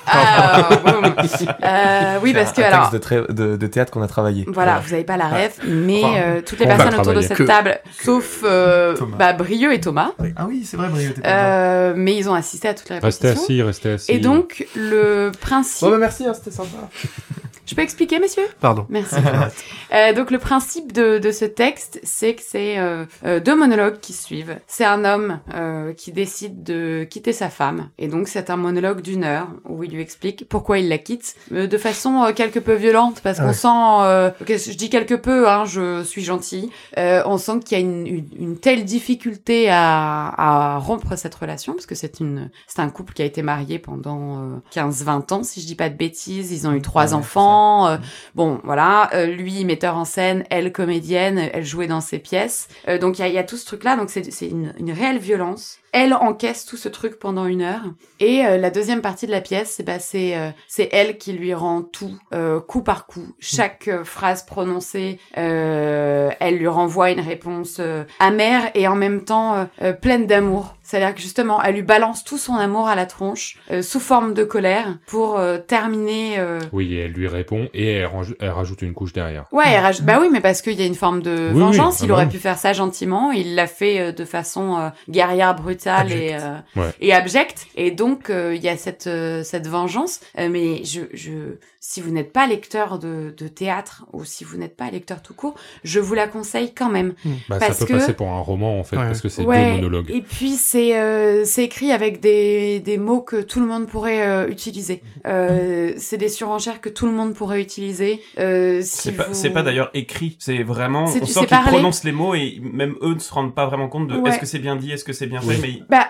Ah, boum. Euh, oui, parce que un alors. texte de, tra- de, de théâtre qu'on a travaillé. Voilà, vous n'avez pas la rêve, mais Enfin, euh, toutes les on va personnes autour de travailler. cette Que- table, sauf euh, Thomas. bah, Brieux et Thomas, Ah oui, c'est vrai, Brio, t'es euh, mais ils ont assisté à toutes les Restez répétitions. assis, restez assis. Et donc, le principe... Bon, bah merci, hein, c'était sympa. Je peux expliquer, messieurs? Pardon. Merci. Euh, donc le principe de, de ce texte, c'est que c'est euh, euh, deux monologues qui suivent. C'est un homme euh, qui décide de quitter sa femme, et donc c'est un monologue d'une heure où il lui explique pourquoi il la quitte, euh, de façon euh, quelque peu violente, parce Ah qu'on ouais. sent, euh, que je dis quelque peu, hein, je suis gentille, euh, on sent qu'il y a une, une, une telle difficulté à, à rompre cette relation, parce que c'est une, c'est un couple qui a été marié pendant euh, quinze vingt ans, si je dis pas de bêtises, ils ont eu trois Ouais, enfants. Euh, bon, voilà, euh, lui metteur en scène, elle comédienne, elle jouait dans ses pièces. Euh, donc il y a, il y a tout ce truc-là, donc c'est c'est une, une réelle violence. Elle encaisse tout ce truc pendant une heure. Et euh, la deuxième partie de la pièce, c'est bah, c'est euh, c'est elle qui lui rend tout, euh, coup par coup. Chaque euh, phrase prononcée, euh, elle lui renvoie une réponse euh, amère et en même temps euh, euh, pleine d'amour. C'est-à-dire que justement, elle lui balance tout son amour à la tronche, euh, sous forme de colère, pour euh, terminer... Euh... Oui, et elle lui répond et elle, range- elle rajoute une couche derrière. Ouais, elle rajoute- bah oui, mais parce qu'il y a une forme de Oui, vengeance. oui, il ah aurait bah. pu faire ça gentiment. Il l'a fait euh, de façon euh, guerrière, brutale et, euh, Ouais. et abjecte. Et donc, euh, il y a cette, euh, cette vengeance. Euh, mais je, je, si vous n'êtes pas lecteur de, de théâtre ou si vous n'êtes pas lecteur tout court, je vous la conseille quand même. Bah, Parce ça peut que- passer pour un roman, en fait, Ouais. parce que c'est Ouais, deux monologues. et puis c'est euh, c'est écrit avec des, des mots que tout le monde pourrait euh, utiliser. Euh, c'est des surenchères que tout le monde pourrait utiliser. Euh, si C'est pas, vous- c'est pas d'ailleurs écrit, c'est vraiment, C'est- on c'est sent qu'ils parlé. prononcent les mots et même eux ne se rendent pas vraiment compte de Ouais. est-ce que c'est bien dit, est-ce que c'est bien fait, Oui. mais Bah,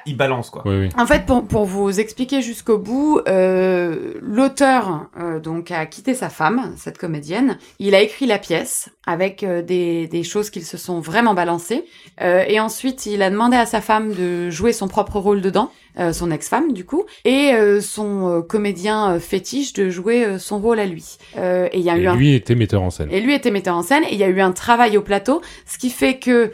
il balance quoi. Oui, oui. En fait, pour, pour vous expliquer jusqu'au bout, euh, l'auteur euh, donc a quitté sa femme, cette comédienne. Il a écrit la pièce avec euh, des, des choses qui se sont vraiment balancées. Euh, et ensuite, il a demandé à sa femme de jouer son propre rôle dedans, euh, son ex-femme du coup, et euh, son euh, comédien euh, fétiche de jouer euh, son rôle à lui. Euh, et il y a Et eu un... lui était metteur en scène. Et lui était metteur en scène, et il y a eu un travail au plateau, ce qui fait que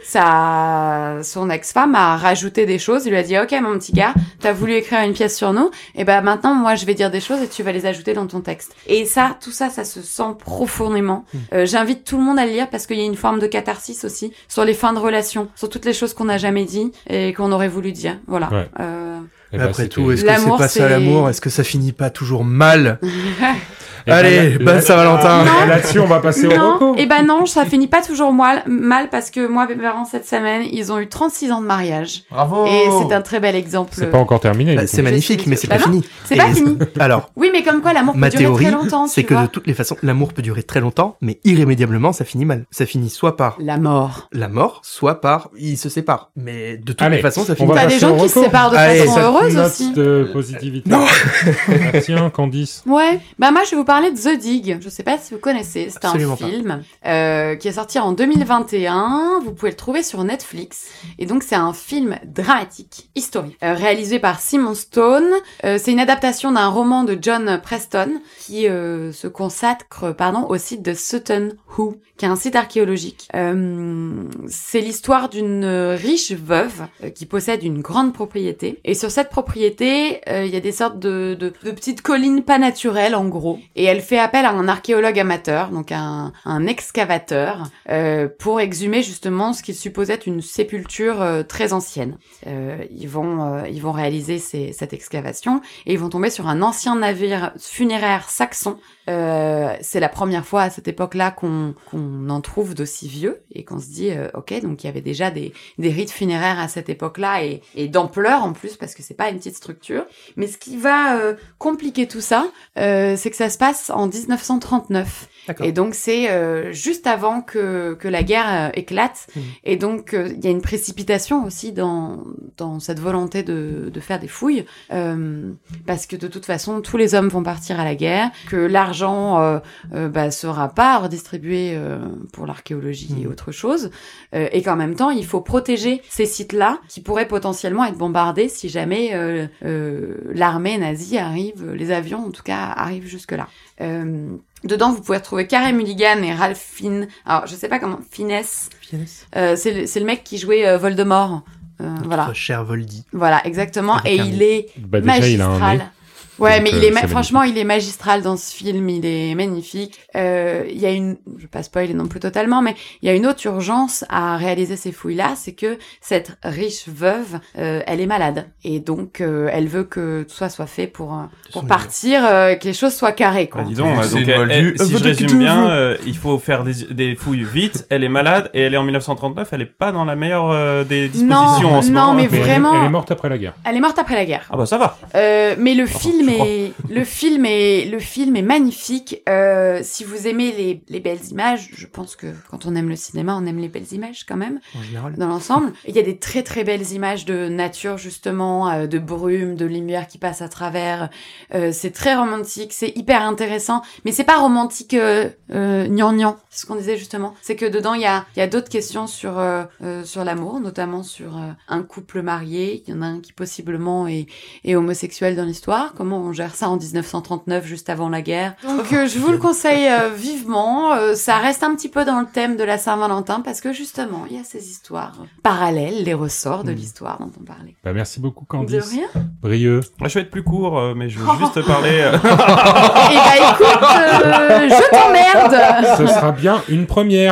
sa, son ex-femme a rajouté des choses. Il lui a dit, ok, mon petit gars, t'as voulu écrire une pièce sur nous, et ben maintenant, moi, je vais dire des choses et tu vas les ajouter dans ton texte. Et ça, tout ça, ça se sent profondément. Euh, j'invite tout le monde à le lire parce qu'il y a une forme de catharsis aussi sur les fins de relations, sur toutes les choses qu'on n'a jamais dit et qu'on aurait voulu dire. Voilà. Ouais. Euh... Eh ben, Après c'était- tout, est-ce que c'est L'amour, pas c'est- ça l'amour? Est-ce que ça finit pas toujours mal? Eh ben, Allez, là- bonne là- Saint-Valentin. là- Là-dessus, on va passer au Non, reco. et ben non, ça finit pas toujours mal, mal parce que moi, mes parents, cette semaine, ils ont eu trente-six ans de mariage. Bravo. Et c'est un très bel exemple. C'est pas encore terminé. Bah, du coup. c'est magnifique, mais c'est Bah pas non, fini. C'est Et- pas fini. Alors, Oui, mais comme quoi l'amour peut ma durer théorie, très longtemps, c'est tu que vois. de toutes les façons, l'amour peut durer très longtemps, mais irrémédiablement, ça finit mal. Ça finit soit par La mort. la mort, soit par ils se séparent. Mais de toutes Allez, les façons, ça on finit va T'as mal. des passer gens au qui se reco. séparent de Allez, façon ça heureuse Note aussi. de positivité. Non. Ah, tiens, Candice. Ouais, bah moi je vais vous parler de The Dig. Je sais pas si vous connaissez, c'est un Absolument pas. film euh, qui est sorti en deux mille vingt et un. Vous pouvez le trouver sur Netflix. Et donc c'est un film dramatique, historique, euh, réalisé par Simon Stone. Euh, c'est une adaptation d'un roman de John Preston qui euh, se consacre, pardon, au site de Sutton Hoo, qui est un site archéologique. Euh, c'est l'histoire d'une riche veuve euh, qui possède une grande propriété. Et sur cette propriété, euh, il y a des sortes de, de, de petites collines pas naturelles, en gros. Et elle fait appel à un archéologue amateur, donc un, un excavateur, euh, pour exhumer justement ce qu'il supposait être une sépulture euh, très ancienne. Euh, ils vont euh, ils vont réaliser ces, cette excavation et ils vont tomber sur un ancien navire funéraire saxon. Euh, c'est la première fois à cette époque-là qu'on qu'on en trouve d'aussi vieux et qu'on se dit euh, ok, donc il y avait déjà des des rites funéraires à cette époque-là et et d'ampleur en plus parce que c'est pas une petite structure. Mais ce qui va euh, compliquer tout ça, euh, c'est que ça se passe en dix-neuf cent trente-neuf. D'accord. Et donc c'est euh, juste avant que que la guerre euh, éclate. Mmh. Et donc euh, il y a une précipitation aussi dans dans cette volonté de de faire des fouilles euh, parce que de toute façon tous les hommes vont partir à la guerre, que l'argent euh, euh, bah, sera pas redistribué euh, pour l'archéologie Mmh. et autre chose, euh, et qu'en même temps il faut protéger ces sites-là qui pourraient potentiellement être bombardés si jamais euh, euh, l'armée nazie arrive, les avions en tout cas arrivent jusque là. Euh, Dedans, vous pouvez retrouver Carey Mulligan et Ralph Fiennes. Alors, je sais pas comment. Fiennes. Finesse. Euh, c'est le, c'est le mec qui jouait euh, Voldemort. Euh, voilà. Notre cher Voldy. Voilà, exactement. Avec Et un il nez. est Bah, déjà, il a un magistral. nez. Ouais, Donc, mais euh, il est ma- c'est franchement, il est magistral dans ce film. Il est magnifique. Euh, il y a une, je vais pas spoiler non plus totalement, mais il y a une autre urgence à réaliser ces fouilles-là, c'est que cette riche veuve, euh, elle est malade, et donc euh, elle veut que tout ça soit fait pour euh, pour son partir, euh, que les choses soient carrées, quoi. Bah, dis donc, Vu que euh, c'est donc, une elle- moldue, elle- si euh, je peut-être que résume tu bien, veux. euh, il faut faire des, des fouilles vite. Elle est malade et elle est en dix-neuf cent trente-neuf. Elle est pas dans la meilleure euh, des dispositions Non, en ce non, moment. mais hein. Mais elle est- vraiment- Elle est morte après la guerre. Elle est morte après la guerre. Ah bah ça va. Euh, mais le film je crois. est le film est le film est magnifique. Euh, si vous aimez les, les belles images, je pense que quand on aime le cinéma, on aime les belles images quand même En général. dans l'ensemble. Il y a des très très belles images de nature justement, euh, de brume, de lumière qui passe à travers. Euh, c'est très romantique, c'est hyper intéressant, mais c'est pas romantique euh, euh, gnangnan. C'est ce qu'on disait justement. C'est que dedans il y a il y a d'autres questions sur euh, euh, sur l'amour, notamment sur euh, un couple marié. Il y en a un qui possiblement est est homosexuel dans l'histoire. Comment on gère ça en dix-neuf cent trente-neuf, juste avant la guerre. Donc euh, je vous le conseille euh, vivement. Euh, ça reste un petit peu dans le thème de la Saint-Valentin parce que justement, il y a ces histoires parallèles, les ressorts de Mm. l'histoire dont on parlait. Bah, merci beaucoup, De Candice. rien. Brieux. Moi, je vais être plus court, euh, mais je veux juste parler. euh, Eh bah écoute, euh, je t'emmerde. Ce sera bien une première.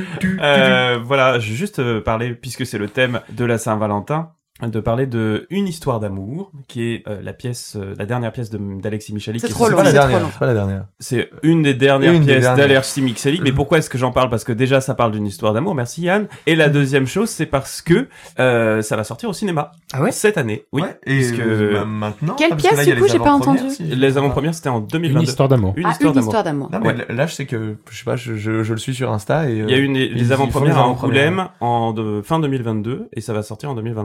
Euh, voilà, je vais juste euh, parler, puisque c'est le thème de la Saint-Valentin, de parler de Une histoire d'amour, qui est euh, la pièce, euh, la dernière pièce de d'Alexis Michalik. C'est qui est trop sortie- long. C'est pas la c'est trop dernière. long. C'est pas la dernière. C'est une des dernières Une des pièces dernières. d'Alexis Michalik. Mais pourquoi est-ce que j'en parle? Parce que déjà, ça parle d'une histoire d'amour. Merci Yann. Et la deuxième chose, c'est parce que euh, ça va sortir au cinéma Ah ouais? cette année. Oui. Ouais, et puisque euh, bah, maintenant. Quelle parce que là, pièce, il y a du coup, les j'ai pas avant-premières, entendu. si je- les avant-premières, c'était en deux mille Une vingt-deux. histoire d'amour. Une Ah, histoire une d'amour. histoire d'amour. Non, mais là, je sais que, je sais pas, je, je, je le suis sur Insta et. Il y a eu une, les, ils- ils les font avant-premières les à avant-premières. Angoulême en de, fin deux mille vingt-deux et ça va sortir en deux mille vingt-trois. Voilà.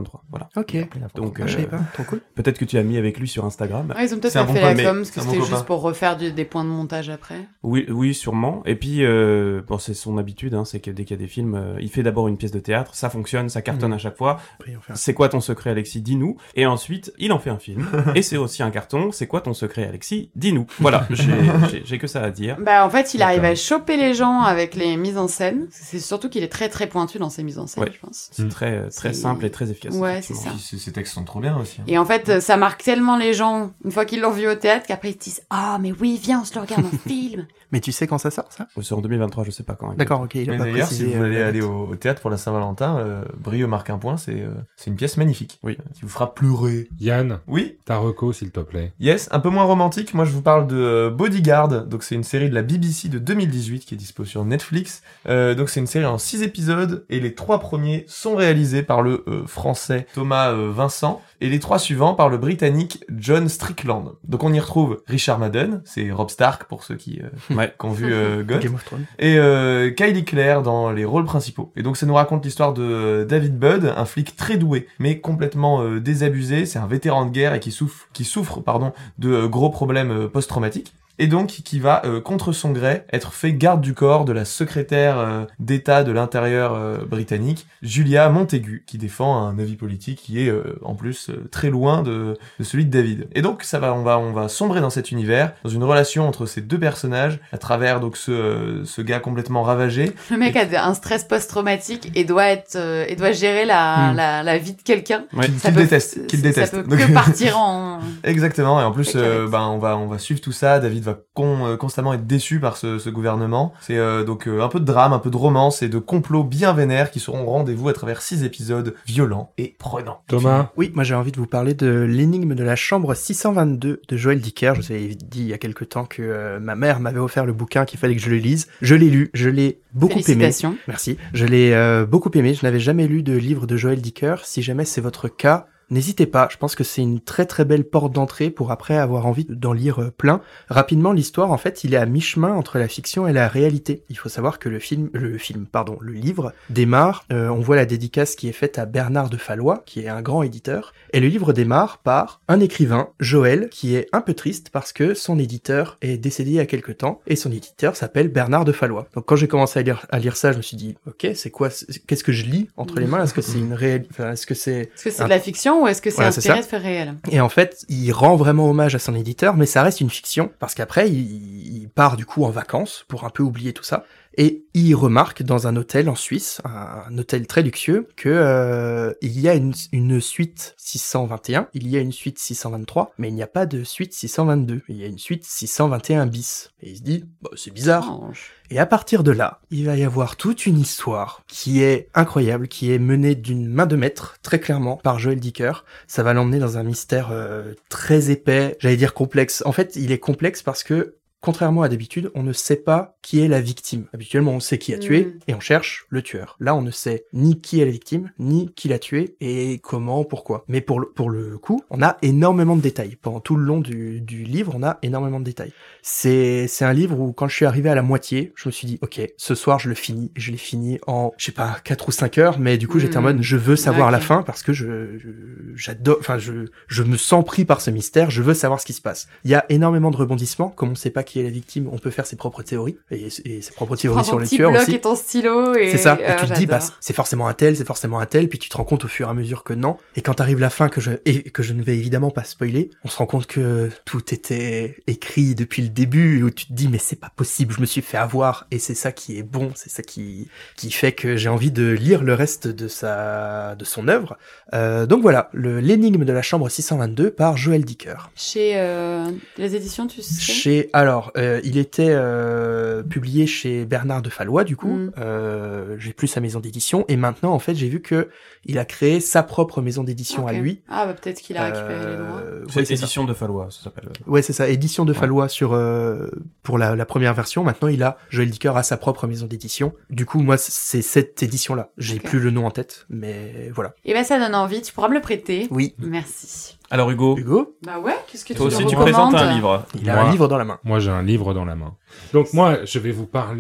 Voilà. Ok. Donc, Ah, euh, je savais pas. Trop cool. peut-être que tu as mis avec lui sur Instagram. Ouais, ils ont peut-être C'est un pas bon fait copain, la mais com, parce que c'est un bon c'était copain. juste pour refaire du- des points de montage après. Oui, oui, sûrement. Et puis, euh, bon, c'est son habitude, hein, c'est que dès qu'il y a des films, euh, il fait d'abord une pièce de théâtre, ça fonctionne, ça cartonne Mmh. à chaque fois. Après, on fait un- C'est quoi ton secret, Alexis? Dis-nous. Et ensuite, il en fait un film. Et c'est aussi un carton. C'est quoi ton secret, Alexis? Dis-nous. Voilà, j'ai, j'ai, j'ai que ça à dire. Bah, en fait, il arrive D'accord. à choper les gens avec les mises en scène. C'est surtout qu'il est très très pointu dans ses mises en scène, Ouais. je pense. C'est Mm. très, très C'est- simple et très efficace. Ouais, effectivement. c'est ça. Puis ces- ces textes sont trop bien aussi. hein. Et en fait, ça marque tellement les gens, une fois qu'ils l'ont vu au théâtre, qu'après ils se disent « Ah, mais oui, viens, on se le regarde en film !» Mais tu sais quand ça sort, ça? C'est en deux mille vingt-trois, je sais pas quand. D'accord, ok. Il a Mais pas d'ailleurs, précisé. si vous euh, voulez la aller date. au, au théâtre pour la Saint-Valentin, euh, Brio marque un point, c'est euh, c'est une pièce magnifique. Oui. Euh, Qui vous fera pleurer. Yann, Oui, ta reco, s'il te plaît. yes, un peu moins romantique. Moi, je vous parle de euh, Bodyguard. Donc, c'est une série de la B B C de deux mille dix-huit qui est dispo sur Netflix. Euh, donc, c'est une série en six épisodes et les trois premiers sont réalisés par le euh, français Thomas euh, Vincent et les trois suivants par le britannique John Strickland. Donc, on y retrouve Richard Madden, c'est Rob Stark pour ceux qui, euh, Ouais. qui ont vu euh, God. Game of Thrones. Et euh, Kylie Clare dans les rôles principaux. Et donc ça nous raconte l'histoire de euh, David Budd, un flic très doué, mais complètement euh, désabusé. C'est un vétéran de guerre et qui souffre, qui souffre pardon, de euh, gros problèmes euh, post-traumatiques. Et donc qui va, euh, contre son gré, être fait garde du corps de la secrétaire euh, d'État de l'intérieur euh, britannique, Julia Montaigu, qui défend un avis politique qui est euh, en plus euh, très loin de, de celui de David. Et donc ça va, on va, on va sombrer dans cet univers, dans une relation entre ces deux personnages, à travers donc ce, euh, ce gars complètement ravagé. Le mec a un stress post-traumatique et doit être euh, et doit gérer la, Mm. la, la vie de quelqu'un. Ouais. Ça Qu'il peut- déteste, qu'il ça déteste. peut Donc- que partir en... Exactement, et en plus, Avec euh, Alex. ben on va on va suivre tout ça. David va con, euh, constamment être déçu par ce, ce gouvernement. C'est euh, donc euh, un peu de drame, un peu de romance et de complots bien vénères qui seront au rendez-vous à travers six épisodes violents et prenants. Thomas, Oui, moi j'ai envie de vous parler de l'énigme de la chambre six cent vingt-deux de Joël Dicker. Je vous avais dit il y a quelque temps que euh, ma mère m'avait offert le bouquin qu'il fallait que je le lise. Je l'ai lu, je l'ai beaucoup aimé. Félicitations. Merci. Je l'ai euh, beaucoup aimé. Je n'avais jamais lu de livre de Joël Dicker. Si jamais c'est votre cas, n'hésitez pas. Je pense que c'est une très très belle porte d'entrée pour après avoir envie d'en lire euh, plein. Rapidement, l'histoire, en fait, il est à mi-chemin entre la fiction et la réalité. Il faut savoir que le film, le film, pardon, le livre démarre. Euh, on voit la dédicace qui est faite à Bernard de Fallois, qui est un grand éditeur. Et le livre démarre par un écrivain, Joël, qui est un peu triste parce que son éditeur est décédé il y a quelque temps et son éditeur s'appelle Bernard de Fallois. Donc quand j'ai commencé à lire, à lire ça, je me suis dit, ok, c'est quoi, c'est- qu'est-ce que je lis entre les mains? Est-ce que c'est une réelle, enfin, est-ce que c'est Est-ce que c'est Ah. de la fiction ou est-ce que c'est Voilà, c'est inspiré ça. de faits réels? Et en fait, il rend vraiment hommage à son éditeur, mais ça reste une fiction, parce qu'après, il, il part du coup en vacances, pour un peu oublier tout ça, et il remarque dans un hôtel en Suisse, un, un hôtel très luxueux, que euh, il y a une, une suite six cent vingt et un, il y a une suite six cent vingt-trois, mais il n'y a pas de suite six cent vingt-deux, il y a une suite six cent vingt et un bis. Et il se dit, bah, c'est bizarre. Étrange. Et à partir de là, il va y avoir toute une histoire qui est incroyable, qui est menée d'une main de maître, très clairement, par Joël Dicker. Ça va l'emmener dans un mystère euh, très épais, j'allais dire complexe. En fait, il est complexe parce que, contrairement à d'habitude, on ne sait pas qui est la victime. Habituellement, on sait qui a tué, Mm. et on cherche le tueur. Là, on ne sait ni qui est la victime, ni qui l'a tué, et comment, pourquoi. Mais pour le, pour le coup, on a énormément de détails. Pendant tout le long du, du livre, on a énormément de détails. C'est, c'est un livre où, quand je suis arrivé à la moitié, je me suis dit, ok, ce soir, je le finis. Je l'ai fini en, je sais pas, quatre ou cinq heures, mais du coup, j'étais en Mm. mode, je veux savoir Ok. la fin, parce que je, je- j'adore, enfin, je, je me sens pris par ce mystère, je veux savoir ce qui se passe. Il y a énormément de rebondissements, comme on sait pas qui est la victime, on peut faire ses propres théories, et, et ses propres théories Prends sur ton le petit tueur bloc aussi. et ton stylo et... C'est ça. euh, Et tu te dis, bah, j'adore. c'est forcément un tel, c'est forcément un tel, puis tu te rends compte au fur et à mesure que non. Et quand arrive la fin, que je, et que je ne vais évidemment pas spoiler, on se rend compte que tout était écrit depuis le début, où tu te dis, mais c'est pas possible, je me suis fait avoir, et c'est ça qui est bon, c'est ça qui, qui fait que j'ai envie de lire le reste de sa, de son œuvre. Euh, donc voilà, le, l'énigme de la chambre six cent vingt-deux par Joël Dicker. Chez euh, les éditions, tu sais? Chez, alors, euh, il était euh, publié chez Bernard de Fallois, du coup. Mm. Euh, j'ai plus sa maison d'édition. Et maintenant, en fait, j'ai vu que il a créé sa propre maison d'édition Ok. à lui. Ah, bah peut-être qu'il a récupéré les droits. Euh, C'est ouais, c'est ça. édition de Fallois, ça s'appelle. Ouais, c'est ça. Édition de Ouais. Fallois sur euh, pour la, la première version. Maintenant, il a Joël Dicker a sa propre maison d'édition. Du coup, moi, c'est cette édition-là. J'ai Ok. plus le nom en tête, mais voilà. Et ben ça donne envie, tu pourras me le prêter. Oui. Merci. Alors Hugo, Hugo, Bah ouais, qu'est-ce que toi tu aussi nous tu recommandes? présentes un livre. il a Moi- un livre dans la main. moi j'ai un livre dans la main. Donc moi, je vais vous parler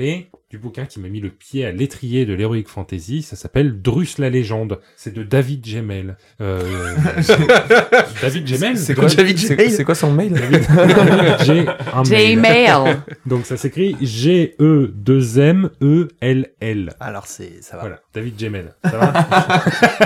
du bouquin qui m'a mis le pied à l'étrier de l'heroic fantasy. Ça s'appelle Drus la légende. C'est de David Gemmell. Euh... David Gemmell. C'est quoi, David c'est, Gemmell c'est quoi son mail? G un mail. Gmail. Donc ça s'écrit G E deux M E L L. Alors, c'est, ça va. Voilà, David Gemmell. Ça va?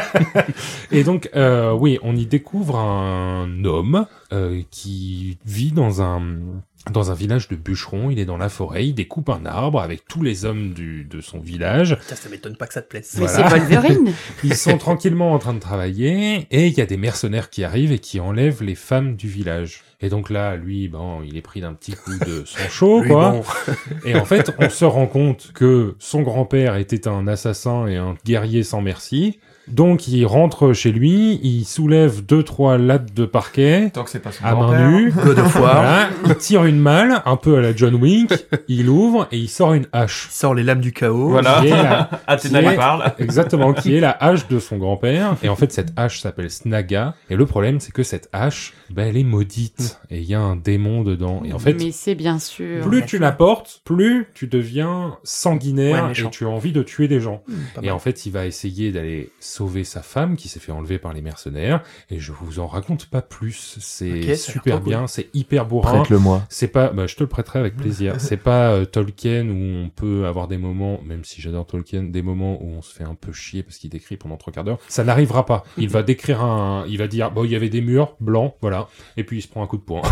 Et donc, euh, oui, on y découvre un homme euh, qui vit dans un dans un village de bûcherons. Il est dans la forêt, il découpe un arbre avec tous les hommes du, de son village. Putain, ça m'étonne pas que ça te plaise. Mais Voilà. c'est Wolverine. Ils sont tranquillement en train de travailler et il y a des mercenaires qui arrivent et qui enlèvent les femmes du village. Et donc là, lui, bon, il est pris d'un petit coup de sang chaud, Lui, quoi. bon. Et en fait, on se rend compte que son grand-père était un assassin et un guerrier sans merci. Donc, il rentre chez lui, il soulève deux, trois lattes de parquet Tant que c'est pas son à main grand-père. nue. God of War. Voilà. Il tire une malle, un peu à la John Wick, il ouvre et il sort une hache. Il sort les lames du chaos. Voilà. Qui est la- Athéna qui est- lui parle. Exactement, qui est la hache de son grand-père. Et en fait, cette hache s'appelle Snaga. Et le problème, c'est que cette hache, ben, elle est maudite. Et il y a un démon dedans. Et en fait, Mais c'est bien sûr. plus tu la portes, plus tu deviens sanguinaire Ouais, méchant. et tu as envie de tuer des gens. Mmh, pas Et mal. en fait, il va essayer d'aller sauver sa femme qui s'est fait enlever par les mercenaires. Et je vous en raconte pas plus. C'est Ok, ça a l'air super trop bien, c'est hyper bourrin. Prête-le-moi. C'est pas, bah, je te le prêterai avec plaisir. C'est pas euh, Tolkien où on peut avoir des moments, même si j'adore Tolkien, des moments où on se fait un peu chier parce qu'il décrit pendant trois quarts d'heure. Ça n'arrivera pas. Il va décrire un, il va dire, bon, il y avait des murs blancs, voilà. Et puis il se prend un coup de poing.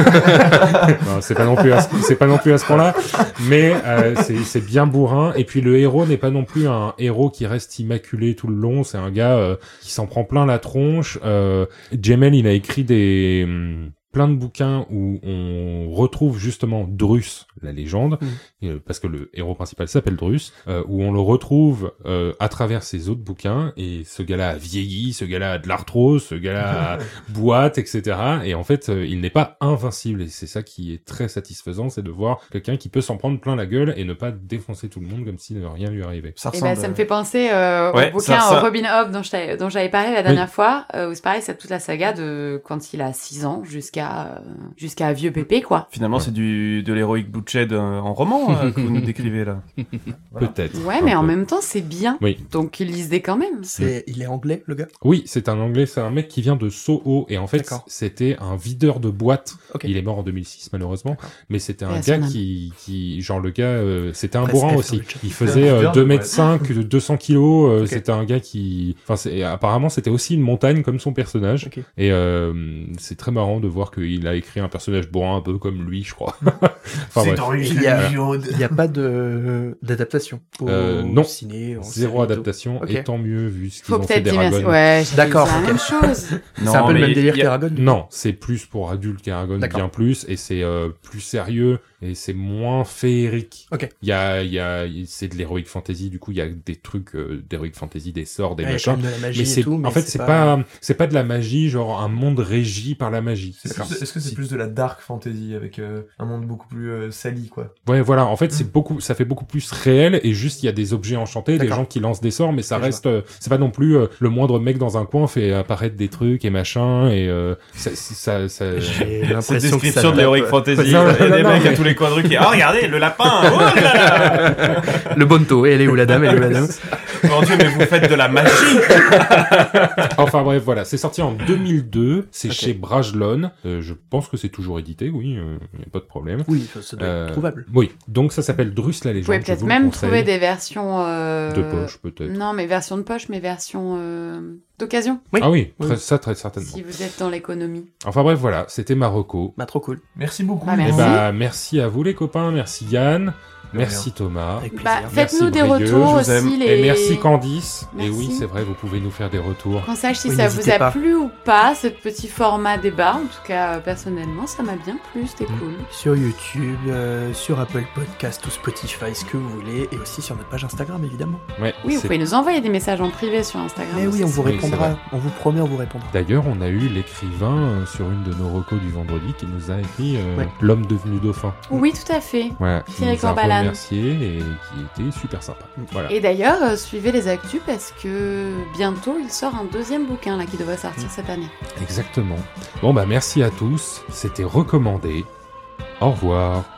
Non, c'est pas non plus à ce, c'est pas non plus à ce point-là. Mais, euh, c'est, c'est bien bourrin. Et puis le héros n'est pas non plus un héros qui reste immaculé tout le long. C'est un gars, euh, qui s'en prend plein la tronche. Euh, Gemmell, il a écrit des, hum, plein de bouquins où on retrouve justement Drus, la légende, Mmh. euh, parce que le héros principal s'appelle Drus, euh, où on le retrouve euh, à travers ses autres bouquins, et ce gars-là a vieilli, ce gars-là a de l'arthrose, ce gars-là a boite, et cetera. Et en fait, euh, il n'est pas invincible, et c'est ça qui est très satisfaisant, c'est de voir quelqu'un qui peut s'en prendre plein la gueule et ne pas défoncer tout le monde comme si de rien lui arrivait. Ça Et ressemble. ben, ça me fait penser euh, Ouais, au bouquin ça- ça- Robin Hood dont je t'avais- dont j'avais parlé la dernière fois, euh, où c'est pareil, c'est toute la saga de quand il a six ans jusqu'à euh, jusqu'à vieux pépé, quoi. Finalement, c'est du de l'héroïque bloodshed euh, en roman euh, que vous nous décrivez là. Voilà. Peut-être. Ouais, un mais en peu. même temps, c'est bien. Oui. Donc, il lisait quand même. C'est, il est anglais, le gars? Oui, c'est un anglais, c'est un mec qui vient de Soho, et en fait, D'accord. c'était un videur de boîte. Ok. Il est mort en deux mille six, malheureusement. D'accord. Mais c'était Et un à son gars âme. qui, qui, genre le gars, euh, c'était un Presse bourrin F aussi. sur le chat. Il faisait Un euh, videur deux de mètres boîte. cinq, deux cents kilos, euh, Ok. c'était un gars qui, enfin, c'est, apparemment, c'était aussi une montagne comme son personnage. Ok. Et, euh, c'est très marrant de voir qu'il a écrit un personnage bourrin un peu comme lui, je crois. Enfin, bref. Il y a, il y a pas de, d'adaptation au Euh, non. ciné, en Zéro série, adaptation, Ok. et tant mieux, vu ce qu'ils Faut ont fait peut-être dire d'Eragon. Ouais, j'ai D'accord, dit la ok. même chose. tout. C'est un peu le mais même délire il y a- qu'Eragon. du coup. Non, c'est plus pour adultes qu'Eragon, D'accord. bien plus, et c'est euh, plus sérieux, et c'est moins féerique. Ok. Il y a, il y a, c'est de l'heroic fantasy, du coup, il y a des trucs euh, d'heroic fantasy, des sorts, des Ouais, il y a quand machins. même de la magie Mais c'est, et tout, mais en fait, c'est pas, c'est pas de la magie, genre un monde régi par la magie. C'est plus- Est-ce que c'est plus de la dark fantasy avec euh, un monde beaucoup plus euh, sali, quoi? Ouais, voilà. En fait, c'est beaucoup, ça fait beaucoup plus réel, et juste, il y a des objets enchantés, des D'accord. gens qui lancent des sorts, mais ça Ok, je reste, euh, c'est pas non plus euh, le moindre mec dans un coin fait apparaître des trucs et machin, et euh, ça, ça, ça, J'ai Cette l'impression que ça description de tape- l'heroic fantasy. Non, Il y a non, des non, mecs mais- à tous les coins de rue qui. Oh, regardez, le lapin. Oh là là. Le bonto, et elle est où la dame, elle est où la dame? Mon Dieu, mais vous faites de la magie. Enfin bref, voilà, c'est sorti en deux mille deux, c'est Ok. chez Brajlon, euh, je pense que c'est toujours édité, oui, euh, y a pas de problème. Oui, ça, ça doit Euh, être trouvable. Oui, donc ça s'appelle Drus la Vous légende. pouvez je peut-être vous le même conseille. trouver des versions... euh, De poche, peut-être. Non, mais version de poche, mais version euh, d'occasion, Oui. Ah oui, Oui. très- ça très certainement. si vous êtes dans l'économie. Enfin bref, voilà, c'était Marocco. Bah, trop cool. Merci beaucoup. Bah, Et merci. bah merci à vous les copains, merci Yann, De merci Thomas. Avec plaisir. Bah, Merci faites-nous des Brieux, retours je vous aime. aussi. Les... Et merci Candice. Merci. Et oui, c'est vrai, vous pouvez nous faire des retours. Qu'on sache si Oui, ça vous n'hésitez a pas. plu ou pas, ce petit format débat. En tout cas, euh, personnellement, ça m'a bien plu, c'était Mm. cool. Sur YouTube, euh, sur Apple Podcast ou Spotify, ce que vous voulez, et aussi sur notre page Instagram, évidemment. Ouais, Oui, vous c'est- pouvez nous envoyer des messages en privé sur Instagram. Mais oui, aussi, on vous Oui, c'est répondra. vrai. On vous promet, on vous répondra. D'ailleurs, on a eu l'écrivain euh, sur une de nos recos du vendredi qui nous a écrit euh, Ouais. L'homme devenu dauphin. Oui, tout à fait. Voilà, qui Thierry nous a Corbalan. remercié et qui était super sympa. Voilà. Et d'ailleurs, euh, suivez les actus parce que bientôt il sort un deuxième bouquin là qui devrait sortir cette année. Exactement. Bon bah merci à tous, c'était recommandé. Au revoir.